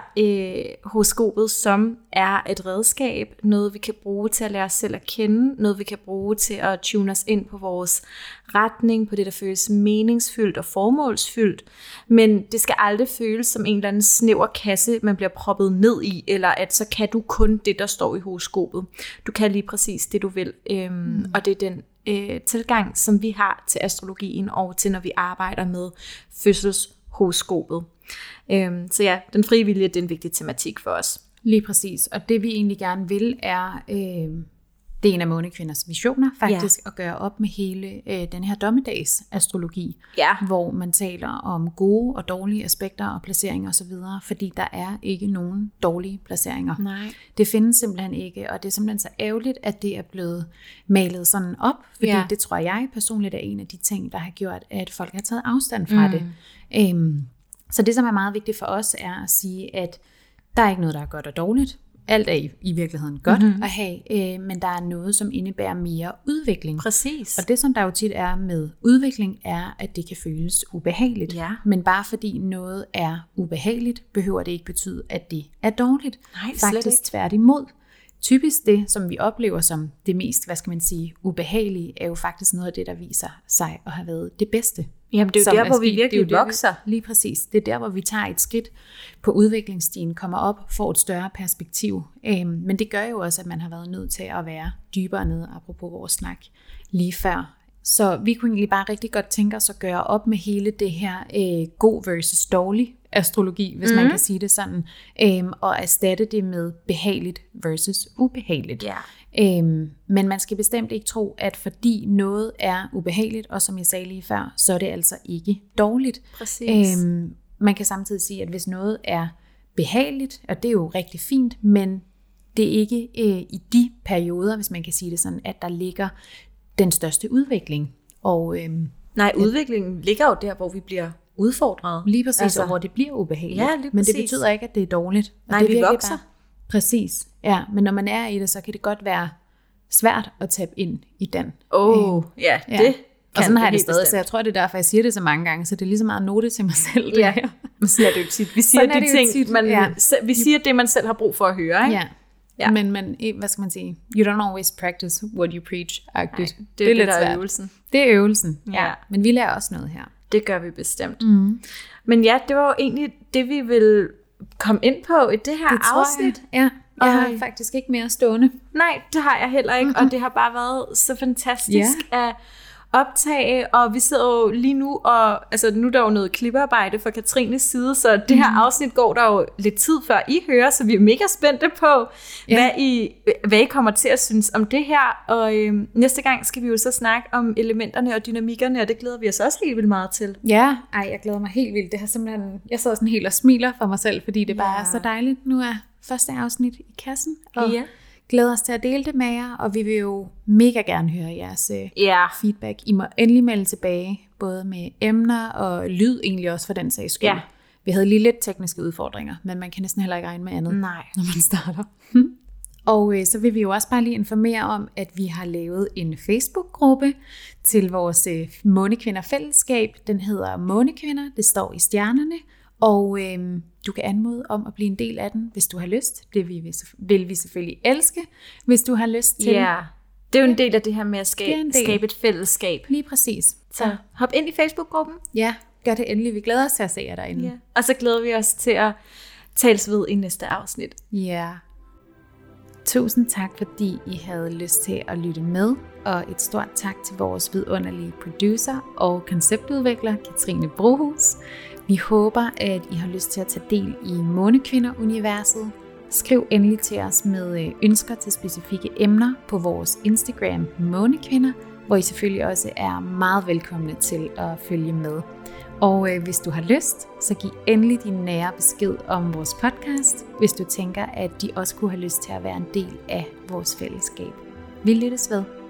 ser horoskopet som er et redskab, noget vi kan bruge til at lære os selv at kende, noget vi kan bruge til at tune os ind på vores retning, på det der føles meningsfyldt og formålsfyldt, men det skal aldrig føles som en eller anden snæver kasse, man bliver proppet ned i, eller at så kan du kun det, der står i horoskopet. Du kan lige præcis det, du vil, og det er den tilgang, som vi har til astrologien og til, når vi arbejder med fødselshoroskopet. Så ja, den frie vilje, det er en vigtig tematik for os. Lige præcis, og det vi egentlig gerne vil er, det er en af Månekvinders visioner faktisk, at gøre op med hele den her dommedagsastrologi, hvor man taler om gode og dårlige aspekter og placeringer osv., fordi der er ikke nogen dårlige placeringer. Nej. Det findes simpelthen ikke, og det er simpelthen så ærgerligt, at det er blevet malet sådan op, fordi det tror jeg personligt er en af de ting, der har gjort, at folk har taget afstand fra det. Så det, som er meget vigtigt for os, er at sige, at der er ikke noget, der er godt og dårligt. Alt er i virkeligheden godt at have, men der er noget, som indebærer mere udvikling. Præcis. Og det, som der jo tit er med udvikling, er, at det kan føles ubehageligt. Ja. Men bare fordi noget er ubehageligt, behøver det ikke betyde, at det er dårligt. Nej, faktisk tværtimod. typisk det, som vi oplever som det mest, ubehagelige, er jo faktisk noget af det, der viser sig at have været det bedste. Jamen det er jo der, hvor vi virkelig vokser. Lige præcis. Det er der, hvor vi tager et skridt på udviklingsstien, kommer op, får et større perspektiv. Men det gør jo også, at man har været nødt til at være dybere nede, apropos vores snak lige før. Så vi kunne egentlig bare rigtig godt tænke os at gøre op med hele det her god versus dårlig astrologi, hvis man kan sige det sådan, og erstatte det med behageligt versus ubehageligt. Yeah. Men man skal bestemt ikke tro, at fordi noget er ubehageligt, og som jeg sagde lige før, så er det altså ikke dårligt. Præcis. Man kan samtidig sige, at hvis noget er behageligt, og det er jo rigtig fint, men det er ikke i de perioder, hvis man kan sige det sådan, at der ligger den største udvikling. Og, udviklingen ligger jo der, hvor vi bliver udfordret. Lige præcis, altså, og hvor det bliver ubehageligt. Ja, lige præcis. Men det betyder ikke, at det er dårligt. Og nej, det vi vokser. Bare, præcis, ja. Men når man er i det, så kan det godt være svært at tabe ind i den. Ja, det og sådan har jeg det stadig, så jeg tror, det er derfor, jeg siger det så mange gange, så det er lige så meget note til mig selv. Ja, men sådan er det jo tit. Vi siger de ting, vi siger det, man selv har brug for at høre, ikke? Ja. Men man, hvad skal man sige? You don't always practice what you preach. Nej, det er lidt der er øvelsen. Det er øvelsen, ja. Men vi lærer også noget her. Det gør vi bestemt. Men ja, det var jo egentlig det, vi ville komme ind på i det her afsnit. Ja, jeg har faktisk ikke mere stående. Nej, det har jeg heller ikke, og det har bare været så fantastisk at optage, og vi sidder jo lige nu, og altså nu er der jo noget klippearbejde fra Katrines side, så det her afsnit går der jo lidt tid før I hører, så vi er mega spændte på, hvad I kommer til at synes om det her, og næste gang skal vi jo så snakke om elementerne og dynamikkerne, og det glæder vi os også helt vildt meget til. Ja, jeg glæder mig helt vildt. Det har simpelthen, jeg sidder sådan helt og smiler for mig selv, fordi det bare er så dejligt. Nu er første afsnit i kassen, og glæder os til at dele det med jer, og vi vil jo mega gerne høre jeres feedback. I må endelig melde tilbage, både med emner og lyd egentlig også for den sags skyld. Ja. Vi havde lige lidt tekniske udfordringer, men man kan næsten heller ikke regne med andet, når man starter. Og så vil vi jo også bare lige informere om, at vi har lavet en Facebook-gruppe til vores Månekvinder-fællesskab. Den hedder Månekvinder, det står i stjernerne. Og du kan anmode om at blive en del af den, hvis du har lyst. Det vil vi selvfølgelig elske, hvis du har lyst til. Ja, det er jo en del af det her med at skabe et fællesskab. Lige præcis. Så hop ind i Facebook-gruppen. Ja, gør det endelig. Vi glæder os til at se jer derinde. Ja. Og så glæder vi os til at tales ved i næste afsnit. Ja. Tusind tak, fordi I havde lyst til at lytte med. Og et stort tak til vores vidunderlige producer og konceptudvikler, Katrine Brohus. Vi håber, at I har lyst til at tage del i Månekvinder-universet. Skriv endelig til os med ønsker til specifikke emner på vores Instagram Månekvinder, hvor I selvfølgelig også er meget velkomne til at følge med. Og hvis du har lyst, så giv endelig din nære besked om vores podcast, hvis du tænker, at de også kunne have lyst til at være en del af vores fællesskab. Vi lyttes ved.